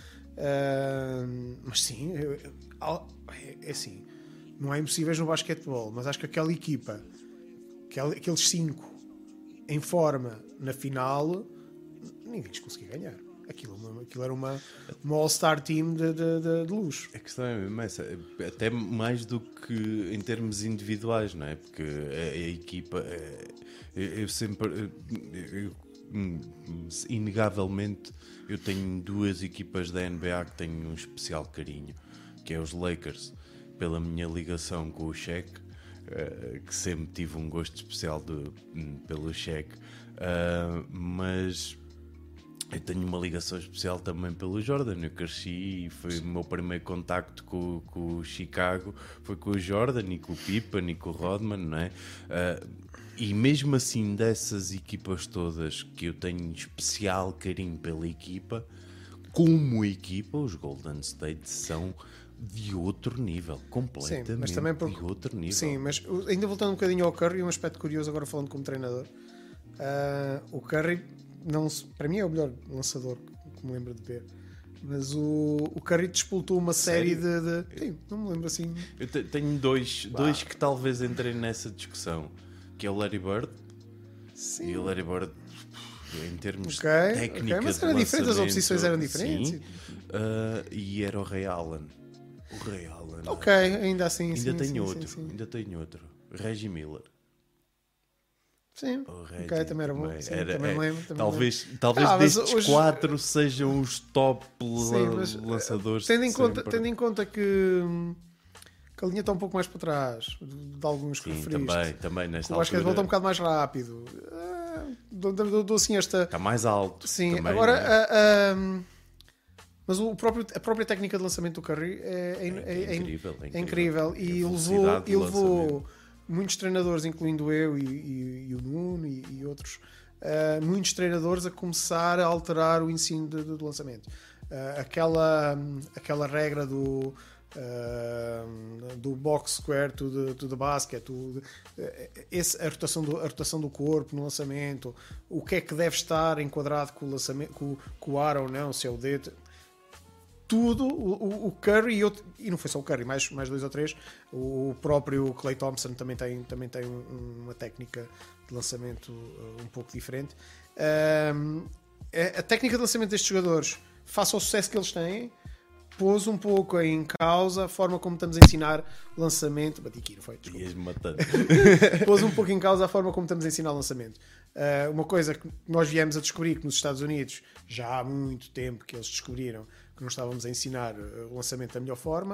Speaker 2: Uh, mas sim, é, é assim, não há impossíveis no basquetebol, mas acho que aquela equipa, aqueles cinco em forma na final, ninguém lhes conseguia ganhar. Aquilo, aquilo era uma, uma all-star team de, de, de, de luxo.
Speaker 1: A questão é mesmo essa, até mais do que em termos individuais, não é? Porque a, a equipa, é, eu sempre, eu, eu, inegavelmente, eu tenho duas equipas da N B A que tenho um especial carinho, que é os Lakers, pela minha ligação com o Shaq, uh, que sempre tive um gosto especial de, um, pelo Shaq, uh, mas eu tenho uma ligação especial também pelo Jordan. Eu cresci e foi o meu primeiro contacto com, com o Chicago, foi com o Jordan e com o Pippen e com o Rodman, não é? Uh, e mesmo assim, dessas equipas todas que eu tenho especial carinho pela equipa, como equipa, os Golden State são de outro nível, completamente sim, mas também porque, de outro nível.
Speaker 2: Sim, mas ainda voltando um bocadinho ao Curry, um aspecto curioso agora falando como treinador, uh, o Curry não, para mim é o melhor lançador que me lembro de ver, mas o, o Curry despoltou uma série de, de sim, não me lembro assim.
Speaker 1: Eu te, tenho dois, dois que talvez entrem nessa discussão, que é o Larry Bird. Sim. E o Larry Bird, em termos
Speaker 2: okay,
Speaker 1: técnicos,
Speaker 2: okay, mas era diferente, as opções eram diferentes.
Speaker 1: Sim, uh, e era o Ray Allen. O Ray Allen.
Speaker 2: Ok, ainda assim.
Speaker 1: Ainda
Speaker 2: sim,
Speaker 1: tenho
Speaker 2: sim,
Speaker 1: outro.
Speaker 2: Sim, sim.
Speaker 1: Ainda tenho outro. Reggie Miller.
Speaker 2: Sim, ok, também era bom.
Speaker 1: Também,
Speaker 2: sim,
Speaker 1: era,
Speaker 2: também
Speaker 1: é,
Speaker 2: lembro. Também
Speaker 1: talvez
Speaker 2: lembro.
Speaker 1: talvez
Speaker 2: ah,
Speaker 1: destes
Speaker 2: hoje...
Speaker 1: quatro sejam os top
Speaker 2: sim, mas,
Speaker 1: lançadores.
Speaker 2: Tendo em, conta, tendo em conta que, que a linha está um pouco mais para trás de alguns que
Speaker 1: sim,
Speaker 2: referiste.
Speaker 1: Também, também nesta
Speaker 2: altura. Eu acho que ele volta um bocado mais rápido. Dou, dou, dou assim esta...
Speaker 1: Está mais alto.
Speaker 2: Sim,
Speaker 1: também,
Speaker 2: agora...
Speaker 1: É?
Speaker 2: A, a, mas o próprio, a própria técnica de lançamento do Curry é, é, é, é incrível. É incrível. É incrível. E levou, e levou muitos treinadores, incluindo eu e, e, e o Nuno e, e outros, uh, muitos treinadores a começar a alterar o ensino de, de, de lançamento. Uh, aquela, aquela regra do, uh, do box square to the, to the basket, to, uh, esse, a, rotação do, a rotação do corpo no lançamento, o que é que deve estar enquadrado com o, lançamento, com, com o ar ou não, se é o dedo. Tudo, o, o Curry e, outro, e não foi só o Curry, mais, mais dois ou três, o próprio Klay Thompson também tem, também tem um, uma técnica de lançamento um pouco diferente. Um, a técnica de lançamento destes jogadores, face ao sucesso que eles têm, pôs um pouco em causa a forma como estamos a ensinar lançamento. Bati aqui, não foi?
Speaker 1: Ias-me matando.
Speaker 2: Pôs um pouco em causa a forma como estamos a ensinar lançamento. Uh, uma coisa que nós viemos a descobrir que nos Estados Unidos, já há muito tempo que eles descobriram que não estávamos a ensinar o lançamento da melhor forma,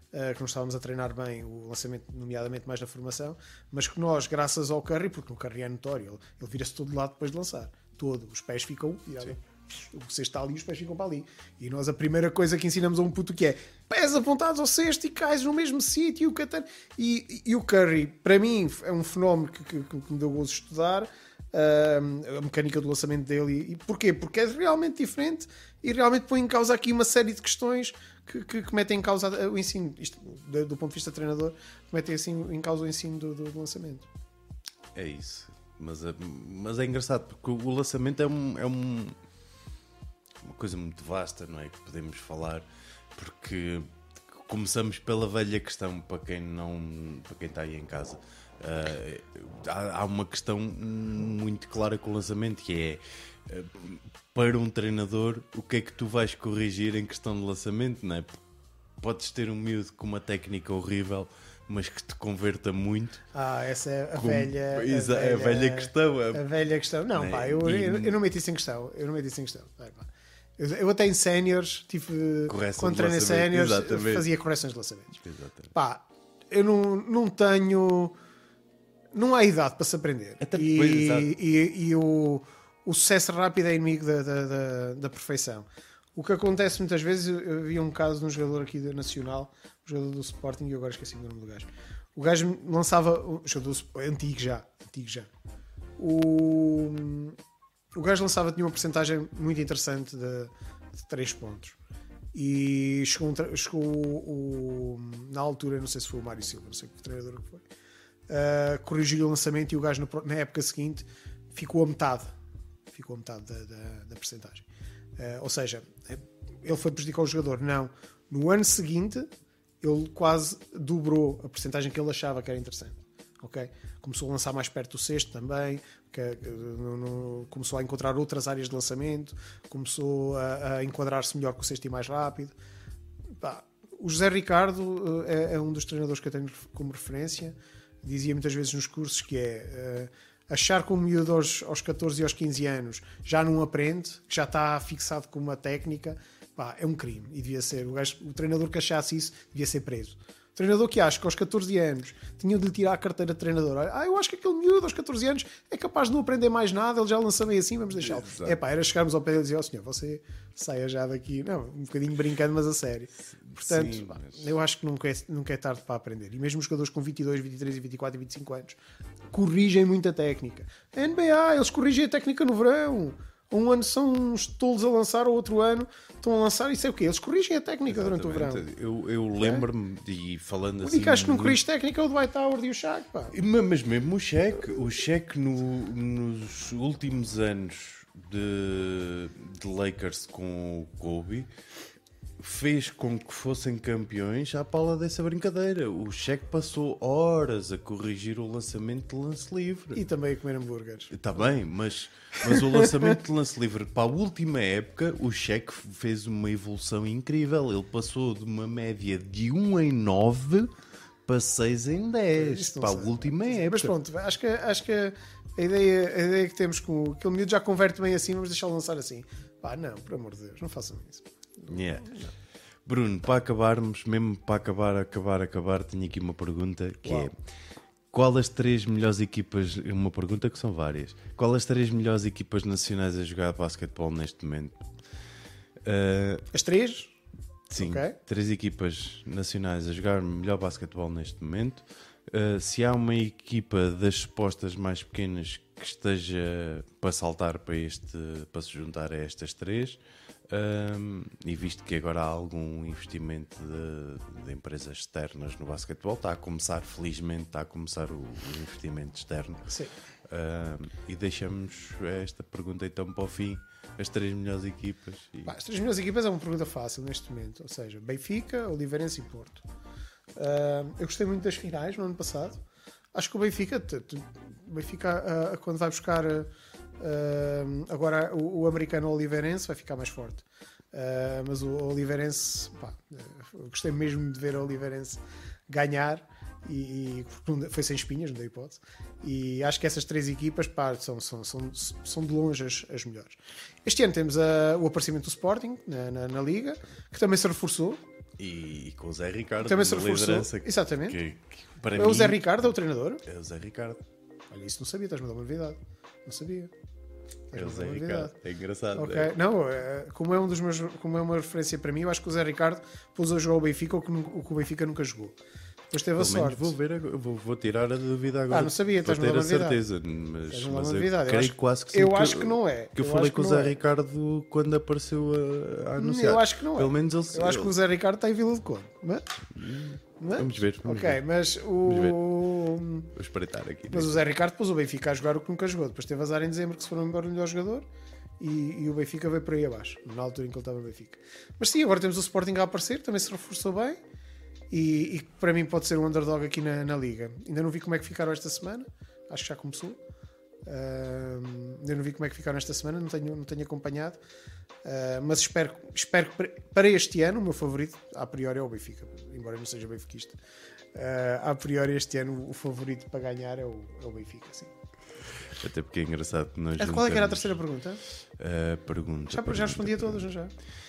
Speaker 2: uh, que não estávamos a treinar bem o lançamento, nomeadamente mais na formação, mas que nós, graças ao Curry, porque o Curry é notório, ele, ele vira-se todo de lado depois de lançar, todo, os pés ficam virados. O cesto está ali, os pés ficam para ali. E nós a primeira coisa que ensinamos a um puto que é pés apontados ao cesto e cais no mesmo sítio. E, e, e o Curry, para mim, é um fenómeno que, que, que me deu gozo de estudar. Uh, a mecânica do lançamento dele. E, e porquê? Porque é realmente diferente e realmente põe em causa aqui uma série de questões que, que, que metem em causa o ensino. Isto, do, do ponto de vista treinador, que metem assim, em causa o ensino do, do lançamento.
Speaker 1: É isso. Mas é, mas é engraçado porque o lançamento é um... É um... uma coisa muito vasta, não é? Que podemos falar, porque começamos pela velha questão, para quem não, para quem está aí em casa. Uh, há, há uma questão muito clara com o lançamento, que é, uh, para um treinador, o que é que tu vais corrigir em questão de lançamento, não é? Podes ter um miúdo com uma técnica horrível, mas que te converta muito.
Speaker 2: Ah, essa é a,
Speaker 1: com...
Speaker 2: velha, a,
Speaker 1: Exa-
Speaker 2: velha,
Speaker 1: a velha questão.
Speaker 2: A velha questão. Não,
Speaker 1: não
Speaker 2: pá,
Speaker 1: é?
Speaker 2: eu,
Speaker 1: E...
Speaker 2: eu, eu não meto isso em questão. Eu não meto isso em questão. Vai, pá. Eu, eu até em séniores, tive,
Speaker 1: Correção
Speaker 2: quando
Speaker 1: de
Speaker 2: treinei
Speaker 1: lançamento.
Speaker 2: séniores,
Speaker 1: Exatamente.
Speaker 2: fazia correções de lançamentos.
Speaker 1: Exatamente.
Speaker 2: Pá, eu não, não tenho... Não há idade para se aprender.
Speaker 1: Até
Speaker 2: e
Speaker 1: depois, exato.
Speaker 2: e, e o, o sucesso rápido é inimigo da, da, da, da perfeição. O que acontece muitas vezes, eu vi um caso de um jogador aqui da Nacional, um jogador do Sporting, e agora esqueci o nome do gajo. O gajo lançava, um jogador antigo já, antigo já. O, o gajo lançava, tinha uma porcentagem muito interessante de, de três pontos. E chegou, um, chegou o, o, na altura, não sei se foi o Mário Silva, não sei que treinador que foi, uh, corrigiu o lançamento e o gajo na, na época seguinte ficou a metade. Ficou a metade da, da, da porcentagem. Uh, ou seja, ele foi prejudicar o jogador. Não. No ano seguinte, ele quase dobrou a porcentagem que ele achava que era interessante. Okay? Começou a lançar mais perto do cesto também, que, que, no, no, começou a encontrar outras áreas de lançamento, começou a, a enquadrar-se melhor com o cesto e mais rápido. Pá, o José Ricardo é, é um dos treinadores que eu tenho como referência. Dizia muitas vezes nos cursos que é... Uh, achar que um miúdo aos, aos catorze e aos quinze anos já não aprende, que já está fixado com uma técnica, pá, é um crime. E devia ser. O, gajo, o treinador que achasse isso devia ser preso. O treinador que acha que aos catorze anos tinha de lhe tirar a carteira de treinador. Ah, eu acho que aquele miúdo aos catorze anos é capaz de não aprender mais nada, ele já lança meio assim, vamos deixá-lo. É pá, era chegarmos ao pé dele e dizer: ó, oh, senhor, você saia já daqui. Não, um bocadinho brincando, mas a sério. Portanto,
Speaker 1: Sim,
Speaker 2: pá,
Speaker 1: mas...
Speaker 2: eu acho que nunca é, nunca é tarde para aprender. E mesmo os jogadores com vinte e dois, vinte e três, vinte e quatro e vinte e cinco anos corrigem muita técnica. A N B A, eles corrigem a técnica no verão. Um ano são uns tolos a lançar, ou outro ano estão a lançar, isso é o quê? Eles corrigem a técnica. Exatamente. Durante o verão.
Speaker 1: Eu, eu lembro-me, é? E falando
Speaker 2: o
Speaker 1: assim...
Speaker 2: O único acho que não corrige técnica é o Dwight Howard e o Shaq, pá.
Speaker 1: Mas mesmo o Shaq, o Shaq no, nos últimos anos de, de Lakers com o Kobe fez com que fossem campeões à pala dessa brincadeira. O Shaq passou horas a corrigir o lançamento de lance livre.
Speaker 2: E também a comer hambúrgueres.
Speaker 1: Está bem, mas, mas o lançamento de lance livre para a última época, o Shaq fez uma evolução incrível. Ele passou de uma média de um em nove para seis em dez para a última época.
Speaker 2: Mas pronto, acho que, acho que a, ideia, a ideia que temos com o aquele miúdo já converte bem assim, vamos deixá-lo lançar assim. Pá, não, por amor de Deus, não façam isso.
Speaker 1: Yeah. Bruno, para acabarmos, mesmo para acabar, acabar, acabar, tenho aqui uma pergunta que Uau. é: qual as três melhores equipas, uma pergunta que são várias, qual as três melhores equipas nacionais a jogar basquetebol neste momento? Uh,
Speaker 2: as três?
Speaker 1: Sim,
Speaker 2: okay.
Speaker 1: Três equipas nacionais a jogar melhor basquetebol neste momento. Uh, se há uma equipa das supostas mais pequenas que esteja para saltar para, este, para se juntar a estas três, um, e visto que agora há algum investimento de, de empresas externas no basquetebol, está a começar, felizmente, está a começar o, o investimento externo.
Speaker 2: Sim.
Speaker 1: Um, e deixamos esta pergunta então para o fim. As três melhores equipas. E...
Speaker 2: Bah, as três melhores equipas é uma pergunta fácil neste momento, ou seja, Benfica, Oliveirense e Porto. Uh, eu gostei muito das finais no ano passado. Acho que o Benfica, o Benfica uh, quando vai buscar uh, agora o, o americano Oliveirense, vai ficar mais forte. Uh, mas o Oliveirense, pá, eu gostei mesmo de ver o Oliveirense ganhar. E, e foi sem espinhas, não dei hipótese. E acho que essas três equipas, pá, são, são, são, são de longe as, as melhores. Este ano temos a, o aparecimento do Sporting na, na, na Liga, que também se reforçou.
Speaker 1: E, e com o Zé Ricardo
Speaker 2: Também se
Speaker 1: na
Speaker 2: reforçou.
Speaker 1: liderança.
Speaker 2: Exatamente.
Speaker 1: Que, que para
Speaker 2: É
Speaker 1: mim,
Speaker 2: o Zé Ricardo, é o treinador?
Speaker 1: É o Zé Ricardo.
Speaker 2: Olha, isso não sabia, estás-me a dar uma novidade. Não sabia.
Speaker 1: É o Zé Ricardo. É engraçado.
Speaker 2: Ok,
Speaker 1: É.
Speaker 2: não, é, como é um dos meus, como é uma referência para mim, eu acho que o Zé Ricardo pôs a jogar o Benfica o que, nu- o que o Benfica nunca jogou. Depois teve a
Speaker 1: Pelo menos
Speaker 2: sorte.
Speaker 1: vou, ver, agora- vou, vou tirar a dúvida agora.
Speaker 2: Ah, não sabia,
Speaker 1: Vou
Speaker 2: estás-me a
Speaker 1: ter
Speaker 2: dar
Speaker 1: a
Speaker 2: uma novidade.
Speaker 1: certeza. Mas,
Speaker 2: Estás-me a dar
Speaker 1: mas
Speaker 2: uma
Speaker 1: eu
Speaker 2: novidade. Eu
Speaker 1: creio
Speaker 2: acho-
Speaker 1: quase que sim.
Speaker 2: eu
Speaker 1: que
Speaker 2: acho que não é.
Speaker 1: Que eu,
Speaker 2: Eu
Speaker 1: falei
Speaker 2: acho
Speaker 1: com o
Speaker 2: que
Speaker 1: Zé
Speaker 2: não é.
Speaker 1: Ricardo quando apareceu a, a anunciar.
Speaker 2: Eu acho que não é.
Speaker 1: Pelo menos ele,
Speaker 2: Eu acho que o Zé Ricardo está em Vila do Conde. Mas, mas-
Speaker 1: Vamos ver. Vamos
Speaker 2: ok,
Speaker 1: ver.
Speaker 2: mas o.
Speaker 1: Vou espreitar aqui.
Speaker 2: Mas o Zé Ricardo pôs o Benfica a jogar o que nunca jogou. Depois teve azar em dezembro que se foram embora o melhor jogador e, e o Benfica veio por aí abaixo, na altura em que ele estava no Benfica. Mas sim, agora temos o Sporting a aparecer, também se reforçou bem e, e para mim pode ser um underdog aqui na, na Liga. Ainda não vi como é que ficaram esta semana, acho que já começou. Ahm, ainda não vi como é que ficaram esta semana, não tenho, não tenho acompanhado. Uh, mas espero, espero que para- para este ano o meu favorito a priori é o Benfica, embora eu não seja benfiquista. Uh, a priori este ano o favorito para ganhar é o, é o Benfica, sim.
Speaker 1: Até porque é engraçado que nós.
Speaker 2: É, qual é que era a
Speaker 1: juntamos
Speaker 2: terceira pergunta?
Speaker 1: a pergunta.
Speaker 2: Já, já respondi a todas, não já?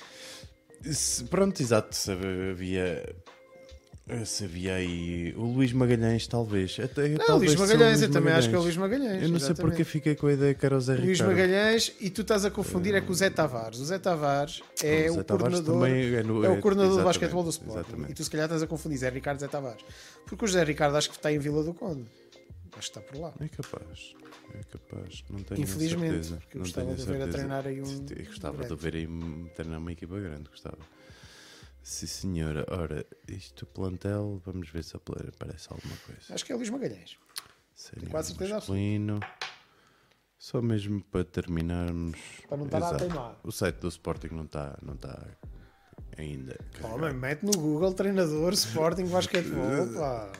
Speaker 1: Se- Pronto, exato. Se havia. Se havia aí. O Luís Magalhães, talvez. Até,
Speaker 2: Não,
Speaker 1: talvez
Speaker 2: Luís
Speaker 1: seja o
Speaker 2: Magalhães,
Speaker 1: Luís
Speaker 2: eu também acho que é o Luís
Speaker 1: Magalhães.
Speaker 2: Magalhães.
Speaker 1: Eu não sei
Speaker 2: exatamente.
Speaker 1: porque fiquei com a ideia que era o Zé
Speaker 2: Luís
Speaker 1: Ricardo.
Speaker 2: Magalhães, e tu estás a confundir é com o Zé Tavares. O Zé Tavares é
Speaker 1: O Zé
Speaker 2: o
Speaker 1: Tavares
Speaker 2: coordenador,
Speaker 1: também é no-
Speaker 2: é o
Speaker 1: é-
Speaker 2: coordenador do
Speaker 1: exatamente,
Speaker 2: basquetebol do Sporting.
Speaker 1: exatamente.
Speaker 2: E tu se calhar estás a confundir Zé Ricardo e Zé Tavares. Porque o Zé Ricardo acho que está em Vila do Conde. Acho que está por lá.
Speaker 1: É capaz. É capaz. Não tenho
Speaker 2: Infelizmente,
Speaker 1: certeza.
Speaker 2: porque eu
Speaker 1: não
Speaker 2: gostava
Speaker 1: tenho
Speaker 2: de ver a
Speaker 1: certeza.
Speaker 2: treinar aí um
Speaker 1: Eu gostava
Speaker 2: grande.
Speaker 1: de ver aí treinar uma equipa grande. Gostava. Sim, senhora. Ora, isto plantel. Vamos ver se aparece alguma coisa.
Speaker 2: Acho que é o Luís Magalhães.
Speaker 1: Sénior
Speaker 2: quase certeza
Speaker 1: masculino. Só mesmo para terminarmos.
Speaker 2: Para não estar a
Speaker 1: Exato.
Speaker 2: teimar.
Speaker 1: O site do Sporting não está não tá ainda.
Speaker 2: Oh,
Speaker 1: carregado.
Speaker 2: mas mete no Google treinador Sporting basquetebol, pá.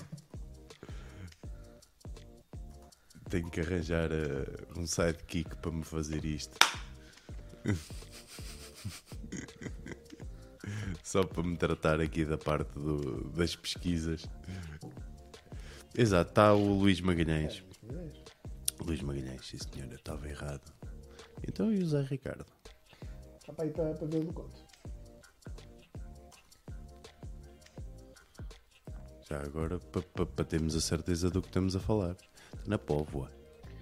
Speaker 1: Tenho que arranjar uh, um sidekick para me fazer isto. Só para me tratar aqui da parte do- das pesquisas. Exato, está o Luís Magalhães. Luís Magalhães, sim senhor, eu estava errado. Então e o Zé Ricardo?
Speaker 2: Está para ir para, para ver o conto.
Speaker 1: Já agora, para pa, pa termos a certeza do que estamos a falar. Na Póvoa.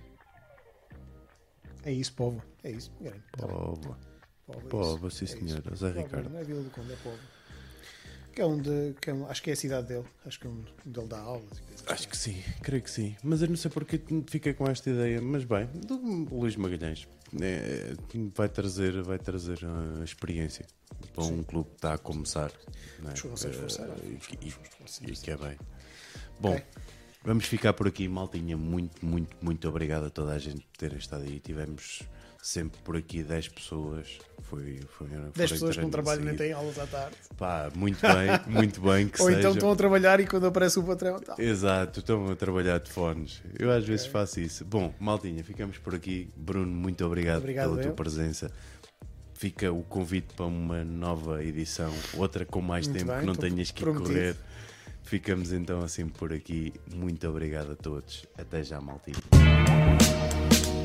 Speaker 2: É isso, povo. É isso. Grande. Tá bem.
Speaker 1: Póvoa.
Speaker 2: Povo, é
Speaker 1: Póvoa,
Speaker 2: isso.
Speaker 1: sim
Speaker 2: É
Speaker 1: senhor.
Speaker 2: isso.
Speaker 1: Zé
Speaker 2: Povo,
Speaker 1: Ricardo.
Speaker 2: não é Vila do Conde, é Povo. Que é onde, que é um, acho que é a cidade dele. Acho que é onde ele dá aulas. e coisas assim.
Speaker 1: Acho que sim, creio que sim. Mas eu não sei porque fiquei com esta ideia. Mas bem, do Luís Magalhães é, vai, trazer, vai trazer a experiência para um clube que está a começar. Não é?
Speaker 2: Os jogadores esforçaram.
Speaker 1: Eh, e, que- e- e que é bem. Bom,
Speaker 2: Ok.
Speaker 1: vamos ficar por aqui, maltinha. Muito, muito, muito obrigado a toda a gente por terem estado aí. Tivemos sempre por aqui dez pessoas. Foi, foi,
Speaker 2: dez pessoas que não trabalham nem têm aulas à tarde.
Speaker 1: Pá, muito bem, muito bem que
Speaker 2: Ou
Speaker 1: sejam.
Speaker 2: então estão a trabalhar e quando aparece o patrão. Tá.
Speaker 1: Exato, estão a trabalhar de fones. Eu às vezes faço isso. Bom, maltinha, ficamos por aqui. Bruno, muito obrigado,
Speaker 2: Obrigado,
Speaker 1: pela tua
Speaker 2: eu.
Speaker 1: presença. Fica o convite para uma nova edição, outra com mais
Speaker 2: Muito
Speaker 1: tempo,
Speaker 2: bem,
Speaker 1: que não
Speaker 2: estou
Speaker 1: tenhas que ir
Speaker 2: prometido.
Speaker 1: correr. Ficamos então assim por aqui. Muito obrigado a todos. Até já, maltinha.